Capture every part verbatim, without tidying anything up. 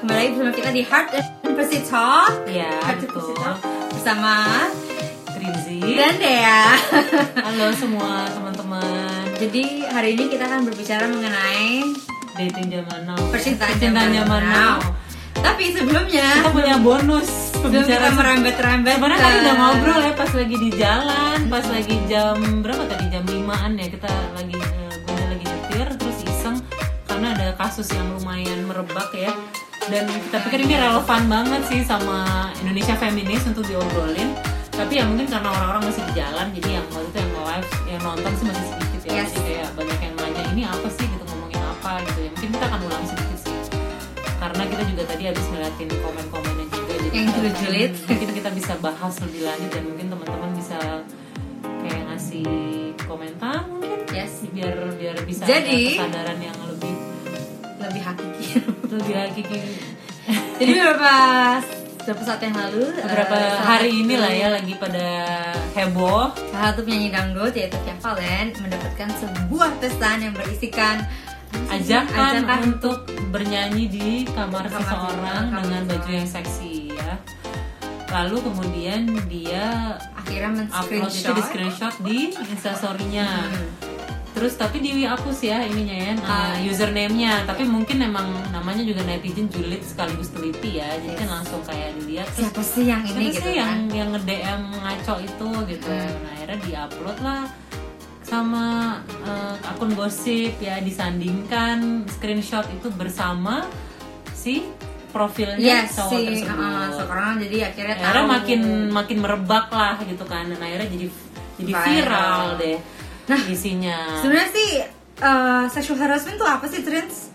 kembali lagi bersama kita di Heart and Pussy Talk. Ya, Heart and Pussy Talk bersama Trinzi dan Dea. Halo semua teman-teman. Jadi hari ini kita akan berbicara mengenai dating zaman now, percintaan percintaan zaman now. Tapi sebelumnya Kita punya bonus sebelum kita pembicaraan. merembet-rembet. Sebenarnya tadi udah ngobrol ya pas lagi di jalan, pas lagi jam berapa tadi, jam limaan ya, kita lagi uh, gue lagi nyetir terus iseng karena ada kasus yang lumayan merebak ya. Dan kita pikir ini relevan banget sih sama Indonesia feminis untuk diobrolin. Tapi ya mungkin karena orang-orang masih di jalan, jadi yang waktu itu yang live, yang nonton sih masih sedikit ya. Yes. Jadi kayak banyak yang nanya ini apa sih gitu, ngomongin apa gitu ya. Mungkin kita akan ulang sedikit sih. Karena kita juga tadi habis ngeliatin komen-komennya juga, jadi yang julid-julid. mungkin kita bisa bahas lebih lanjut dan mungkin teman-teman bisa kayak ngasih komentar mungkin. Yes. Biar biar bisa Jadi, ada kesadaran yang lebih lebih hakiki. lebih hakiki. Jadi beberapa beberapa saat yang lalu, Beberapa uh, hari salah inilah satu- ya lagi pada heboh. Salah satu penyanyi dangdut yaitu Via Valen mendapatkan sebuah pesan yang berisikan Ajakan, ajakan untuk bernyanyi di kamar, Kamar seseorang kamar dengan baju seseorang. yang seksi ya. Lalu kemudian dia akhirnya upload itu di screenshot di instastory-nya. Hmm. Terus tapi dihapus ya ininya ya, Ah. uh, username-nya. Tapi mungkin emang namanya juga netizen julid sekaligus teliti ya. Jadi kan langsung kayak dilihat terus Siapa sih yang ini siapa gitu sih kan? yang yang nge-D M ngaco itu gitu. Hmm. Nah, akhirnya di-upload lah sama uh, akun gosip ya, disandingkan screenshot itu bersama si profilnya Yes, cowok si tersebut. uh, sekarang jadi akhirnya Akhirnya tahu. makin makin merebak lah gitu kan. Dan akhirnya jadi jadi Viral. viral deh. Nah, isinya. Sebenarnya sih uh, sexual harassment tuh apa sih, Trins?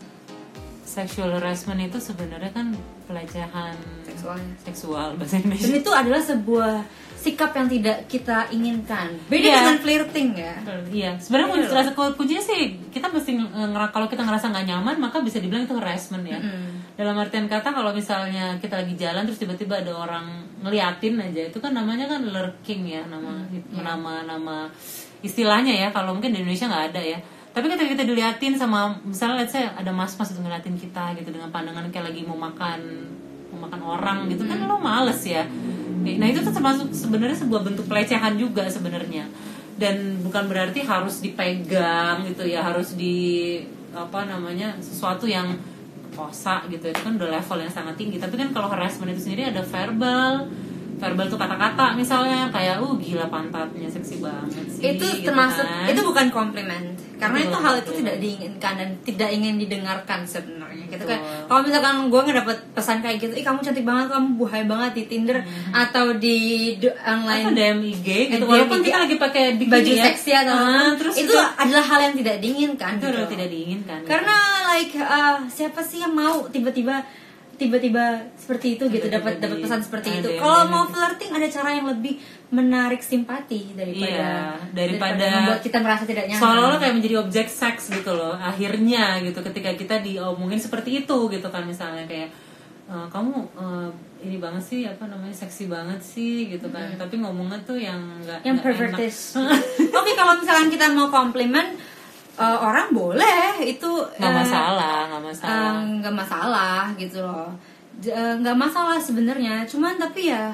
Sexual harassment itu sebenarnya kan pelecehan Seksualnya. seksual bahasa Dan Indonesia. itu adalah sebuah sikap yang tidak kita inginkan. Beda Iya. dengan flirting ya. Iya, sebenarnya Iya kunci, loh. rasa kuncinya sih kita mesti nge- kalau kita ngerasa nggak nyaman maka bisa dibilang itu harassment ya. Mm-mm. Dalam artian kata kalau misalnya kita lagi jalan terus tiba-tiba ada orang ngeliatin aja, itu kan namanya kan lurking ya, nama iya. nama nama istilahnya ya. Kalau mungkin di Indonesia nggak ada ya. Tapi ketika kita diliatin sama misalnya let's say ada mas-mas itu ngeliatin kita gitu dengan pandangan kayak lagi mau makan mau makan orang gitu kan, lo males ya. Nah itu tuh termasuk sebenarnya sebuah bentuk pelecehan juga sebenarnya, dan bukan berarti harus dipegang gitu ya, harus di apa namanya sesuatu yang kosa gitu, itu kan udah level yang sangat tinggi. Tapi kan kalau harassment itu sendiri ada verbal, verbal tuh kata-kata misalnya kayak uh gila pantatnya seksi banget sih. Itu gitu termasuk kan. itu bukan komplimen. Karena Betul, itu hal itu betul. tidak diinginkan dan tidak ingin didengarkan sebenarnya. Gitu kan. Betul. Kalau misalkan gue ngedapet pesan kayak gitu, ih kamu cantik banget, kamu buhay banget di Tinder atau di d- online atau D M I G gitu, D M walaupun I G, kita lagi pakai bikini baju ya. seksi atau Ah, apa, terus itu juga- adalah hal yang tidak diinginkan itu gitu. udah tidak diinginkan. Karena like uh, siapa sih yang mau tiba-tiba tiba-tiba seperti itu gitu, Tiba-tiba dapat dapat di- pesan seperti ada itu. yang Kalau dia mau gitu. flirting ada cara yang lebih menarik simpati daripada Iya, daripada membuat kita merasa tidak nyaman. seolah-olah kayak menjadi objek seks gitu loh akhirnya gitu, ketika kita diomongin seperti itu gitu kan, misalnya kayak e, kamu e, ini banget sih, apa namanya, seksi banget sih gitu kan, tapi ngomongnya tuh yang nggak yang nggak enak. pervertis. Oke, kalau misalkan kita mau komplimen uh, orang boleh, itu Nggak uh, masalah, nggak masalah. uh, nggak masalah gitu loh. J- uh, nggak masalah sebenarnya, cuman tapi ya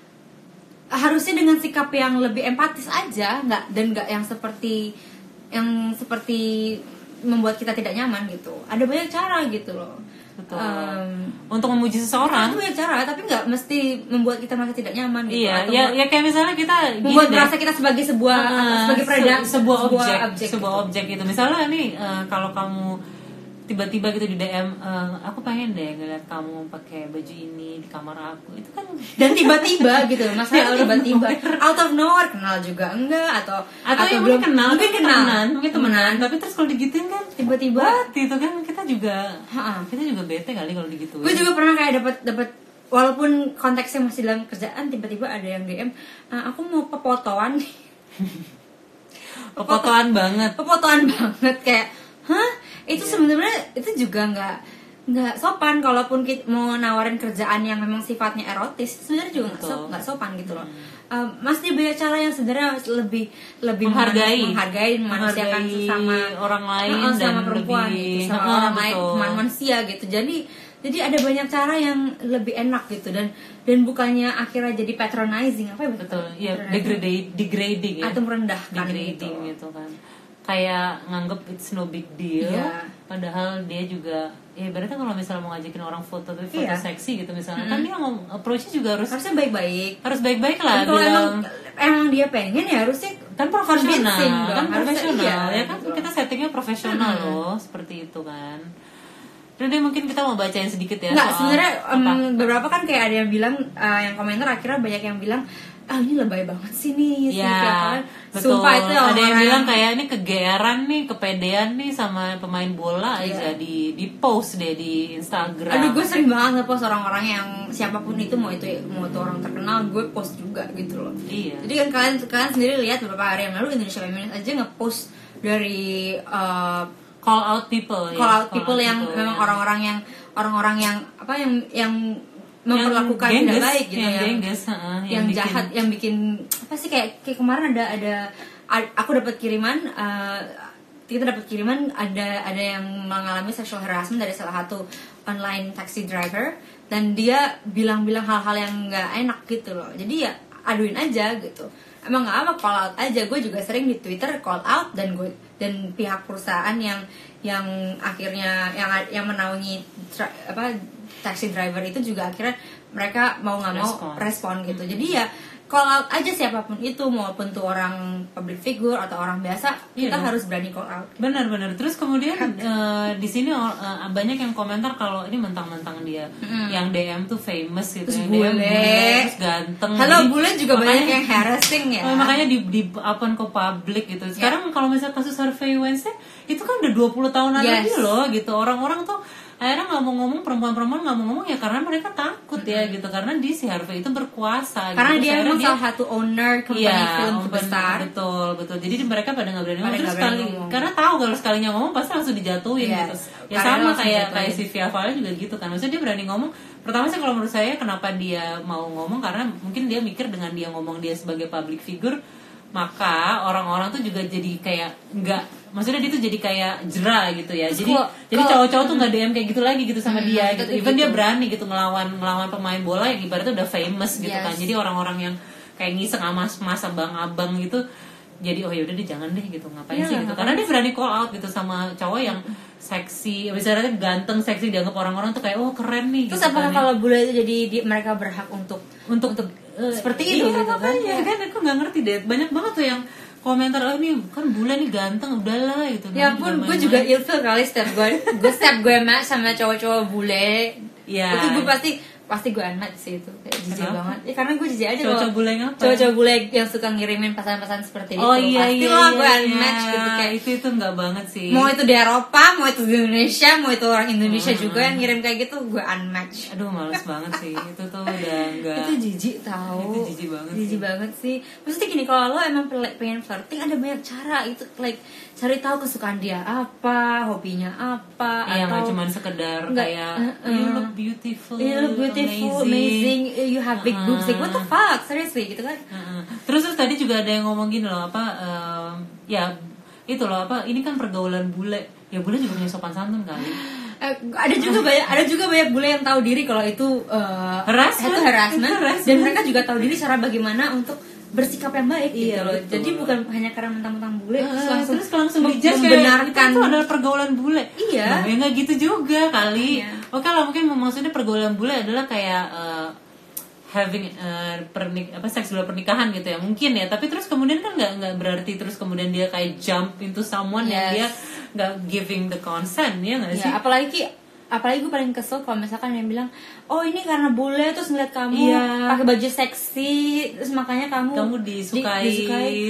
harusnya dengan sikap yang lebih empatis aja, nggak dan nggak yang seperti yang seperti membuat kita tidak nyaman gitu. Ada banyak cara gitu loh. Betul. Um, Untuk memuji seseorang. Ada banyak cara, tapi nggak mesti membuat kita merasa tidak nyaman gitu. Iya, Atau ya, buat- ya kayak misalnya kita gini membuat deh. merasa kita sebagai sebuah Ah, sebagai se- predator, sebuah objek, objek sebuah gitu. objek itu. Misalnya nih eh, kalau kamu tiba-tiba gitu di D M, eh, aku pengen deh ngeliat kamu pakai baju ini di kamar aku, itu kan Dan tiba-tiba gitu, masalah Out of tiba-tiba out of nowhere, kenal juga enggak atau atau, yang mungkin kenal, mungkin kenal, temenan, mungkin temenan, temenan. tapi terus kalau digituin kan Tiba-tiba what? Itu kan kita juga Ha-ha. kita juga bete kali kalau digituin. Gue juga pernah kayak dapat dapat walaupun konteksnya masih dalam kerjaan, tiba-tiba ada yang D M, "Ah, aku mau pepotoan nih." Pepotoan banget. Pepotoan banget kayak, hah? Itu sebenarnya itu juga nggak nggak sopan. Kalaupun kita mau nawarin kerjaan yang memang sifatnya erotis, sebenarnya juga nggak Betul. so, nggak sopan gitu loh. Um, masih banyak cara yang sebenarnya lebih lebih Menghargai. menghargai, menghargai dan memanusiakan Menghargai sesama orang lain uh, dan sama perempuan lebih- gitu, sama uh, orang lain, betul. teman manusia gitu. Jadi Jadi ada banyak cara yang lebih enak gitu, dan dan bukannya akhirnya jadi patronizing apa ya? Betul, ya degrading, degrading ya. Atau merendahkan degrading gitu. gitu kan. Kayak nganggep it's no big deal, Iya. padahal dia juga ya berarti kalau misalnya mau ngajakin orang foto tapi foto Iya. seksi gitu misalnya, kan dia ngomong approach-nya juga harus Harusnya baik-baik. harus baik-baik lah, Dan kalau emang bilang emang dia pengen ya harusnya kan profesional, convincing dong. kan Harusnya profesional iya, ya kan, gitu loh. kita settingnya profesional loh, seperti itu kan. Dan deh mungkin kita mau bacain sedikit ya. Nggak, soal sebenarnya um, apa? beberapa kan kayak ada yang bilang, uh, yang komentar akhirnya banyak yang bilang, ah ini lebay banget sih nih si Ya, Kevin. betul. Sumpah itu Ada yang orang- bilang kayak ini kegeeran nih, kepedean nih sama pemain bola aja Iya. di di post deh di Instagram. Aduh, gue sering banget nge-post orang-orang yang siapapun itu, mau itu mau itu orang terkenal, gue post juga gitu loh. Iya. Jadi kan kalian kalian sendiri lihat beberapa hari yang lalu Indonesia Feminist aja nge-post dari uh, Call out people ya. call out people yang memang ya. orang-orang yang orang-orang yang apa yang yang memperlakukan Yang tidak gengges, baik gitu, yang yang gengges, heeh, yang, bikin- jahat, yang bikin apa sih, kayak kayak kemarin ada ada a- aku dapat kiriman, uh, kita dapat kiriman ada ada yang mengalami sexual harassment dari salah satu online taxi driver, dan dia bilang-bilang hal-hal yang nggak enak gitu loh. Jadi ya aduin aja gitu, emang nggak apa, call out aja. Gue juga sering di Twitter call out, dan gue dan pihak perusahaan yang yang akhirnya yang yang menaungi tra, apa taxi driver itu juga akhirnya mereka mau nggak mau Respon. respon gitu. Jadi ya call out aja siapapun itu, maupun tuh orang public figure atau orang biasa, kita Iya. harus berani call out. Benar-benar. Terus kemudian eh, di sini eh, banyak yang komentar kalau ini mentang-mentang dia yang D M tuh famous gitu, Terus yang D M bule. bule, terus ganteng. Halo, Jadi, bule juga banyak makanya- yang harassing ya. Oh, makanya di di upon ke publik gitu. Sekarang kalau misalnya kasus Harvey Weinstein itu kan udah dua puluh tahunan Yes. lebih loh gitu. Orang-orang tuh akhirnya nggak mau ngomong, perempuan-perempuan nggak mau ngomong ya karena mereka takut ya gitu, karena di si Harvey itu berkuasa Karena gitu. dia Terus memang akhirnya salah satu owner company Iya, film open- terbesar. betul betul. Jadi mereka pada nggak berani ngomong. Pada Terus nggak berani sekali ngomong. karena tahu kalau sekalinya ngomong pasti langsung dijatuhin Yes. gitu. Ya Karena sama langsung kayak dijatuhin. kayak si Via Valen juga gitu kan. Maksudnya dia berani ngomong. Pertama sih kalau menurut saya kenapa dia mau ngomong, karena mungkin dia mikir dengan dia ngomong dia sebagai public figure, maka orang-orang tuh juga jadi kayak nggak, maksudnya dia tuh jadi kayak jera gitu ya. Terus Jadi kalau- jadi kalau- cowok-cowok tuh nggak D M kayak gitu lagi gitu sama Hmm, dia betul gitu. Even gitu. dia berani gitu ngelawan ngelawan pemain bola yang ibaratnya udah famous gitu Yes. kan. Jadi orang-orang yang kayak ngiseng sama mas abang-abang gitu, jadi oh ya udah deh jangan deh gitu, ngapain Iya, sih gitu. ngapain Karena dia berani call out gitu sama cowok yang seksi, misalnya ganteng, seksi, dianggap orang-orang tuh kayak oh keren nih. Terus gitu apakah kan, ya. kalau bule itu jadi di- mereka berhak untuk untuk eh, seperti itu iya, gitu kan? makanya kan aku nggak ngerti deh, banyak banget tuh yang komentar oh ini kan bule nih ganteng, udahlah gitu. Ya Namanya pun gue main-main. juga ilfil kali setiap gue gue setiap gue match sama cowok-cowok bule. Iya. Itu gue pasti pasti gue unmatch sih itu, kayak jijik Kenapa? banget. Ya karena gue jijik aja Cowok-cowok kalau bule yang apa? Cowok-cowok bule yang suka ngirimin pesan-pesan seperti Oh itu. iya pasti iya lah iya, gue iya. unmatch gitu, kayak itu itu nggak banget sih. mau itu di Eropa, mau itu di Indonesia, mau itu orang Indonesia juga yang ngirim kayak gitu, gue unmatch. Aduh males banget sih, itu tuh udah nggak. Itu jijik tau. Itu jijik banget Jijik sih. banget sih. Maksudnya gini, kalau lo emang pel- pengen flirting, ada banyak cara. Itu like cari tahu kesukaan dia apa, hobinya apa, Iya, nggak atau cuma sekedar Nggak, kayak uh-uh. you look beautiful, you look beautiful, amazing, you have big boobs. Like what the fuck, seriously gitu kan? Uh-uh. Terus terus tadi juga ada yang ngomong gini loh, apa em, ya itu loh apa ini kan pergaulan bule, ya bule juga punya sopan santun kali. Eh, ada juga banyak ada juga banyak bule yang tahu diri kalau itu eh, Harassment. itu harassment, Itu harassment. dan mereka juga tahu diri cara bagaimana untuk bersikap yang baik gitu Iya, loh. betul. Jadi bukan hanya karena mentang-mentang bule terus Uh, langsung terus langsung mem- dijudge kayak itu membenarkan. tuh adalah pergaulan bule. Iya. Nah, ya nggak gitu juga kali. Iya. Oke lah, mungkin maksudnya pergaulan bule adalah kayak uh, having uh, pernik apa seks di luar pernikahan gitu ya mungkin ya. Tapi terus kemudian kan nggak nggak berarti terus kemudian dia kayak jump into someone yang Yes. dia nggak giving the consent ya nggak sih? Ya, apalagi apalagi gue paling kesel kalau misalkan yang bilang, oh ini karena bule terus ngeliat kamu Iya. pakai baju seksi terus makanya kamu Kamu di- disukain. disukai.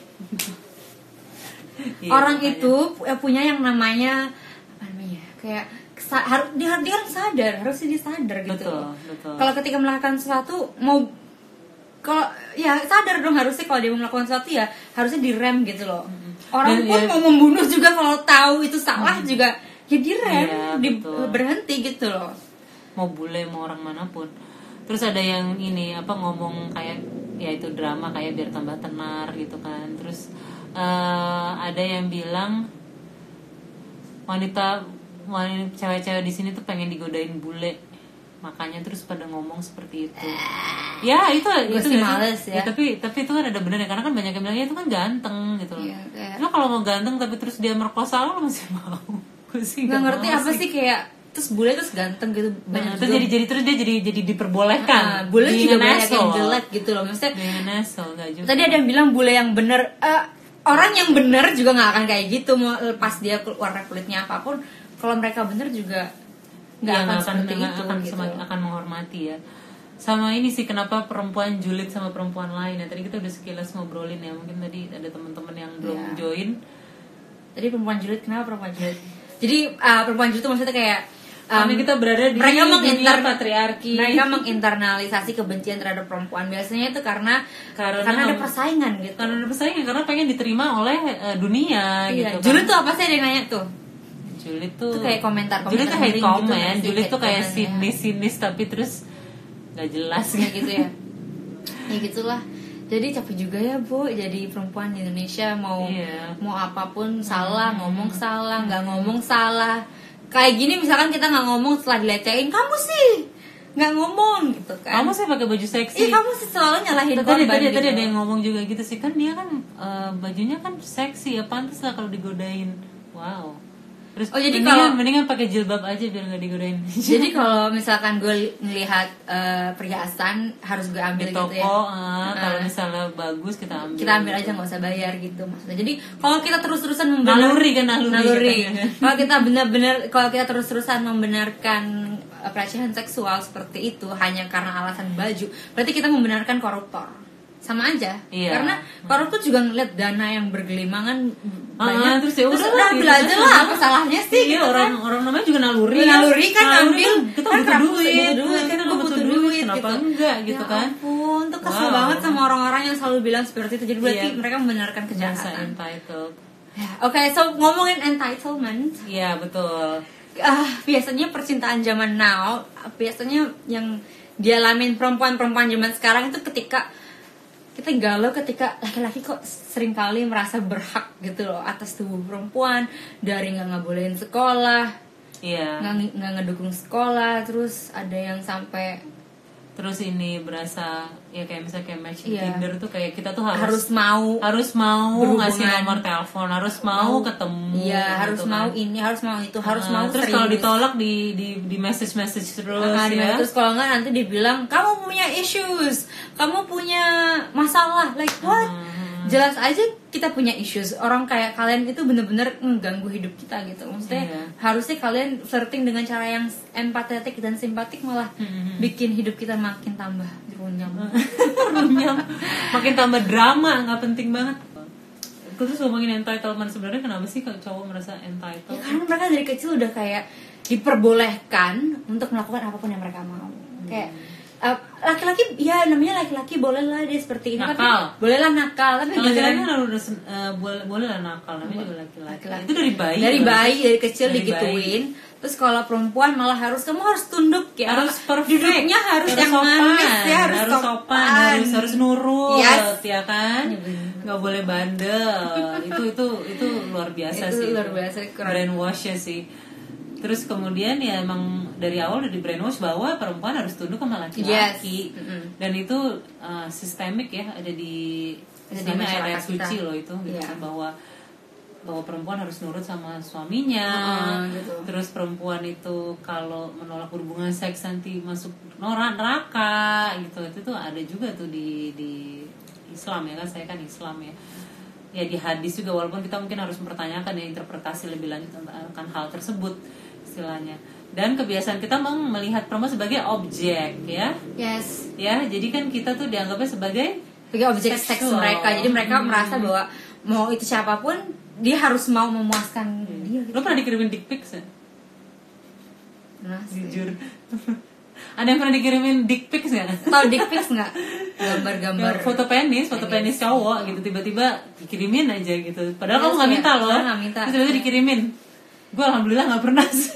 Iya, Orang makanya. itu pu- punya yang namanya apa namanya kayak kesa- harus dia dia harus sadar, harusnya dia sadar gitu. Betul, betul. Kalau ketika melakukan sesuatu mau kalau ya sadar dong, harusnya kalau dia mau melakukan sesuatu ya harusnya direm gitu loh. Orang Dan pun ya- mau membunuh juga kalau tahu itu salah juga ya direm, Iya, di- betul. berhenti gitu loh. Mau bule mau orang manapun. Terus ada yang ini apa ngomong kayak ya itu drama kayak biar tambah tenar gitu kan. Terus eh, ada yang bilang wanita wanita cewek-cewek di sini tuh pengen digodain bule, makanya terus pada ngomong seperti itu. Ya itu Gue itu sih nggak males ya. tapi tapi itu kan ada benernya, karena kan banyak yang bilangnya itu kan ganteng gitu loh. Iya, kayak- Lo kalau mau ganteng tapi terus dia merkosa lo, lo masih mau? Gue sih nggak nggak ngerti mau apa sih kayak terus bule terus ganteng gitu banyak Nah, terus juga. jadi jadi terus dia jadi jadi diperbolehkan. Ah, bule Being juga an banyak yang asshole. jelek gitu loh maksudnya. Being an asshole, nggak juga. Tadi ada yang bilang bule yang bener, eh, orang yang bener juga nggak akan kayak gitu mau lepas dia warna kulitnya apapun. Kalau mereka bener juga nggak Iya, akan nggak seperti nggak itu akan gitu. semakin- akan menghormati ya. Sama ini sih kenapa perempuan julid sama perempuan lain ya. Tadi kita udah sekilas ngobrolin ya. Mungkin tadi ada teman-teman yang belum Iya. join. Jadi perempuan julid, kenapa perempuan julid? Jadi uh, perempuan julid itu maksudnya kayak um, Karena kita berada di mereka dunia menginter- patriarki. Mereka menginternalisasi kebencian terhadap perempuan. Biasanya itu karena Karena- karena ada persaingan gitu. Karena ada persaingan, karena pengen diterima oleh eh, dunia Iya, gitu. julid tuh apa sih, ada yang nanya tuh? Julid tuh Itu kayak komentar-komentar Julid tuh hate miring gitu comment, nggak sih? julid Hate tuh kayak comment, ya. sinis-sinis tapi terus nggak jelas Kayak gitu ya. Ya gitulah. Jadi capek juga ya Bu, jadi perempuan di Indonesia mau Iya. mau apapun salah, ngomong salah, nggak ngomong salah. Kayak gini misalkan kita nggak ngomong setelah dilecehin, kamu sih nggak ngomong gitu kan? Kamu sih pakai baju seksi. Iya kamu sih selalu nyalahin Tadi korban tadi gitu. tadi ada yang ngomong juga gitu sih, kan dia kan eh, bajunya kan seksi ya, pantas lah kalau digodain. Wow. Terus Oh, jadi mendingan, kalau- mendingan pakai jilbab aja biar nggak digodain. Jadi kalau misalkan gue ngelihat eh, perhiasan harus gue ambil Di gitu ya. toko, ah, kalau Ah. misalnya bagus kita ambil. Kita ambil aja nggak usah bayar gitu maksudnya. Jadi kalau kita terus-terusan membenar- Naluri kan, naluri katanya. Kalau kita benar-benar kalau kita terus-terusan membenarkan eh, pelecehan seksual seperti itu hanya karena alasan baju, berarti kita membenarkan koruptor. Sama aja. Iya. Karena koruptor juga ngeliat dana yang bergelimangan Ah, banyak. terus ya udah lah, udah gitu ambil aja kan. lah, apa salahnya sih? Iya, gitu orang kan. orang namanya juga naluri. Naluri kan Naluri ambil, kan kita kan butuh kenapa duit, butuh duit, kita kan gue butuh duit, kenapa gitu. enggak gitu Ya kan? ampun, tuh kesel Wow. banget sama orang-orang yang selalu bilang seperti itu. Jadi berarti Iya. mereka membenarkan Merasa kejahatan. entitled. Ya, Oke, so ngomongin entitlement, Iya, betul. ah biasanya percintaan zaman now, biasanya yang dialamin perempuan-perempuan zaman sekarang itu ketika kita galau ketika laki-laki kok seringkali merasa berhak gitu loh atas tubuh perempuan, dari nggak ngebolehin sekolah, Iya. nggak nggak ngedukung sekolah, terus ada yang sampai Terus ini berasa ya kayak misalnya kayak match di Iya. Tinder tuh kayak kita tuh harus harus mau harus mau berhubungan. ngasih nomor telepon, harus mau, ketemu. iya harus gitu mau kan. ini harus mau itu harus Ah, mau terus serius. kalau ditolak di di di message message terus Nah, ya. terus kalau nggak nanti dibilang kamu punya issues, kamu punya masalah, like what? Hmm. Jelas aja kita punya issues. Orang kayak kalian itu bener-bener mengganggu hidup kita gitu. Maksudnya Iya. harusnya kalian flirting dengan cara yang empatetik dan simpatik malah Hmm. bikin hidup kita makin tambah runyam. Runyam. Makin tambah drama, nggak penting banget. Terus ngomongin entitlement, sebenarnya kenapa sih kalau cowok merasa Ya, entitled? karena mereka dari kecil udah kayak diperbolehkan untuk melakukan apapun yang mereka mau. Kayak uh, laki-laki, ya namanya laki-laki boleh lah dia seperti ini, Nakal. tapi boleh lah nakal, tapi Kalau laki-laki giliran- kan udah sen- eh, boleh boleh lah nakal, namanya juga laki-laki. laki-laki. Itu dari bayi. dari kan? bayi dari kecil Dari digituin. Terus kalau perempuan malah harus kamu harus tunduk ya, Harus perfect, duduknya harus, yang sopan, manis ya, harus, harus sopan, harus harus nurut, Yes. ya kan? Iya, bener. Nggak boleh bandel. itu itu itu luar biasa Itu sih. luar biasa, keren. Brainwash ya sih. Terus kemudian ya emang dari awal udah di brainwash bahwa perempuan harus tunduk sama laki-laki. Yes. Mm-mm. Dan itu uh, sistemik ya, ada di Ada di Islamnya masyarakat ayat suci kita. loh itu gitu Iya. kan, bahwa bahwa perempuan harus nurut sama suaminya. Heeh, gitu. Terus perempuan itu kalau menolak hubungan seks nanti masuk norak neraka gitu. Itu tuh ada juga tuh di di Islam ya kan, saya kan Islam ya. Ya di hadis juga, walaupun kita mungkin harus mempertanyakan ya interpretasi lebih lanjut akan hal tersebut istilahnya. Dan kebiasaan kita memang melihat perempuan sebagai objek ya. Yes. Ya, jadi kan kita tuh dianggapnya sebagai Sebagai objek seks Seksual. mereka. Jadi mereka Hmm. merasa bahwa mau itu siapapun dia harus mau memuaskan dia gitu. lo pernah dikirimin dick pics ya? Nah, Jujur. Ada yang pernah dikirimin dick pics nggak? tahu dick pics nggak? Gambar-gambar. Ya, foto penis, foto penis cowok gitu, tiba-tiba dikirimin aja gitu. Padahal kamu nggak Iya, minta loh. saya nggak minta. Terus tiba-tiba dikirimin. Gue alhamdulillah nggak pernah sih.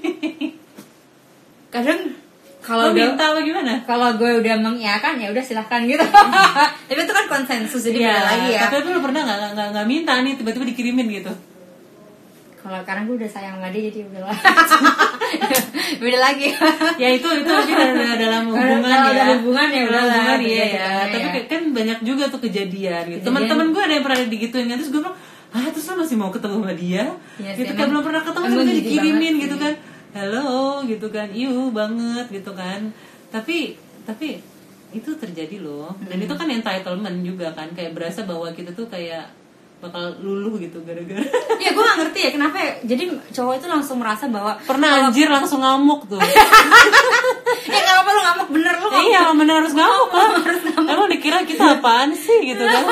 Kadang Kalau kalau udah minta apa gimana? kalau gue udah mengiyakan ya udah silahkan gitu. Tapi itu kan konsensus jadi Iya, beda lagi ya. tapi lu pernah nggak nggak nggak minta nih tiba-tiba dikirimin gitu? Kalau karena gue udah sayang sama dia jadi udahlah. Beda lagi. Ya itu itu mungkin ada dalam hubungan Kalau ya. ada hubungan ya Dalam udahlah, hubungan beda iya ya. ceritanya Tapi ya. kan banyak juga tuh kejadian gitu. Kejadian. Teman-teman gue ada yang pernah digituin kan, terus gue bilang, "Ah, terus lo masih mau ketemu sama dia?" Iya sih, gitu emang- kayak belum pernah ketemu emang tapi jijik dikirimin banget gitu sih. kan. Halo gitu kan. Iu banget gitu kan. Tapi tapi itu terjadi loh. Dan Hmm. itu kan entitlement juga kan, kayak berasa bahwa kita tuh kayak bakal luluh gitu gara-gara Ya gue gak ngerti ya kenapa ya. Jadi cowok itu langsung merasa bahwa pernah anjir langsung ngamuk tuh. ya gak apa-apa lu ngamuk bener lu ngamuk. Iya bener harus ngamuk lah. Emang dikira kita apaan sih gitu kan.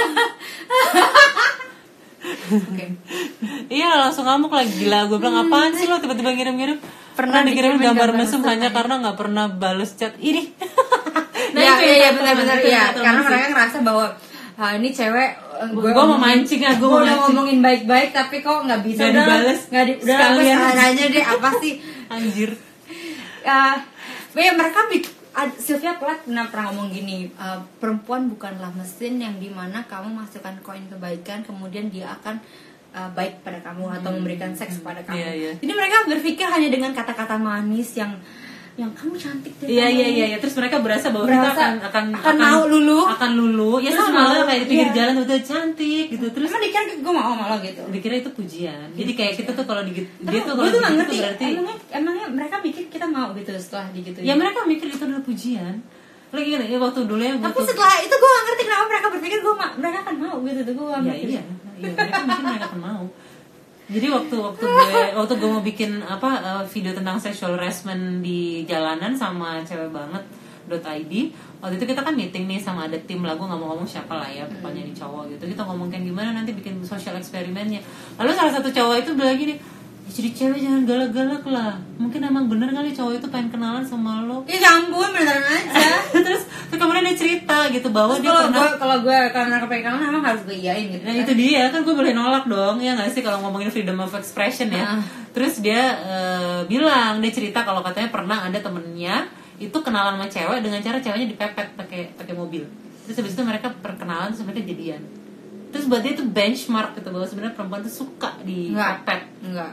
Oke. Iya langsung ngamuk lagi, gila. Gue bilang apaan sih lo tiba-tiba ngirim-ngirim. Pernah Pernah dikirimin dikirimin gambar gambar mesum mesum hanya aja. karena gak pernah bales chat. Ini Ya itu iya yang iya tahu, benar-benar itu yang ya. tahu Karena sih. mereka ngerasa bahwa ah, ini cewek Gua- gua mau mancing ah, gua gue mau udah mancing. ngomongin baik-baik tapi kok nggak bisa Nggak udah dibales. nggak di udah Sekalian. sekalian aja deh apa sih Anjir. ya ya mereka bik- ad- Sylvia Plath pernah pernah ngomong gini, uh, perempuan bukanlah mesin yang dimana kamu masukkan koin kebaikan kemudian dia akan uh, baik pada kamu atau memberikan seks kepada kamu. Iya, iya. Jadi mereka berpikir hanya dengan kata-kata manis yang yang kamu cantik deh. Iya kamu. iya iya ya. Terus mereka berasa bahwa kita Berasa akan akan akan mau lulu. akan lulu. Ya Terus sama mau, lah kayak di pinggir iya. jalan udah cantik gitu. Terus Emang dikira gue mau sama lo gitu. dikira itu pujian. Jadi kayak kita tuh kalau digit Tapi dia tuh gue kalau tuh gak digit ngerti tuh berarti emangnya, emangnya mereka mikir kita mau gitu setelah digituin. ya mereka mikir itu adalah pujian. Lagi kan ya waktu dulu ya Tapi waktu- setelah itu gue gak ngerti kenapa mereka berpikir gue mereka akan mau gitu tuh gue gak ya ngerti. iya, iya mereka mungkin mereka akan mau. Jadi waktu waktu gue waktu gue mau bikin apa uh, video tentang sexual harassment di jalanan sama cewek banget .id, waktu itu kita kan meeting nih sama ada tim lah, gue nggak mau ngomong siapa lah ya pokoknya nih cowok gitu, kita ngomongin gimana nanti bikin social eksperimennya. Lalu salah satu cowok itu bilang gini, "Ya, jadi cewek jangan galak-galak lah, mungkin emang bener kali cowok itu pengen kenalan sama lo." Ya ampun beneran aja. terus, terus kemudian dia cerita gitu bahwa Terus dia kalau pernah gue kalau gue karena kepengen kangen emang harus gue iyain gitu. Nah kan. itu dia kan, gue boleh nolak dong ya nggak sih kalau ngomongin freedom of expression ya. Ah. Terus dia eh, bilang, dia cerita kalau katanya pernah ada temennya itu kenalan sama cewek dengan cara ceweknya dipepet pakai pakai mobil. Terus habis itu mereka perkenalan terus mereka jadian. Terus buat dia itu benchmark gitu bahwa sebenarnya perempuan tuh suka dipepet. Enggak.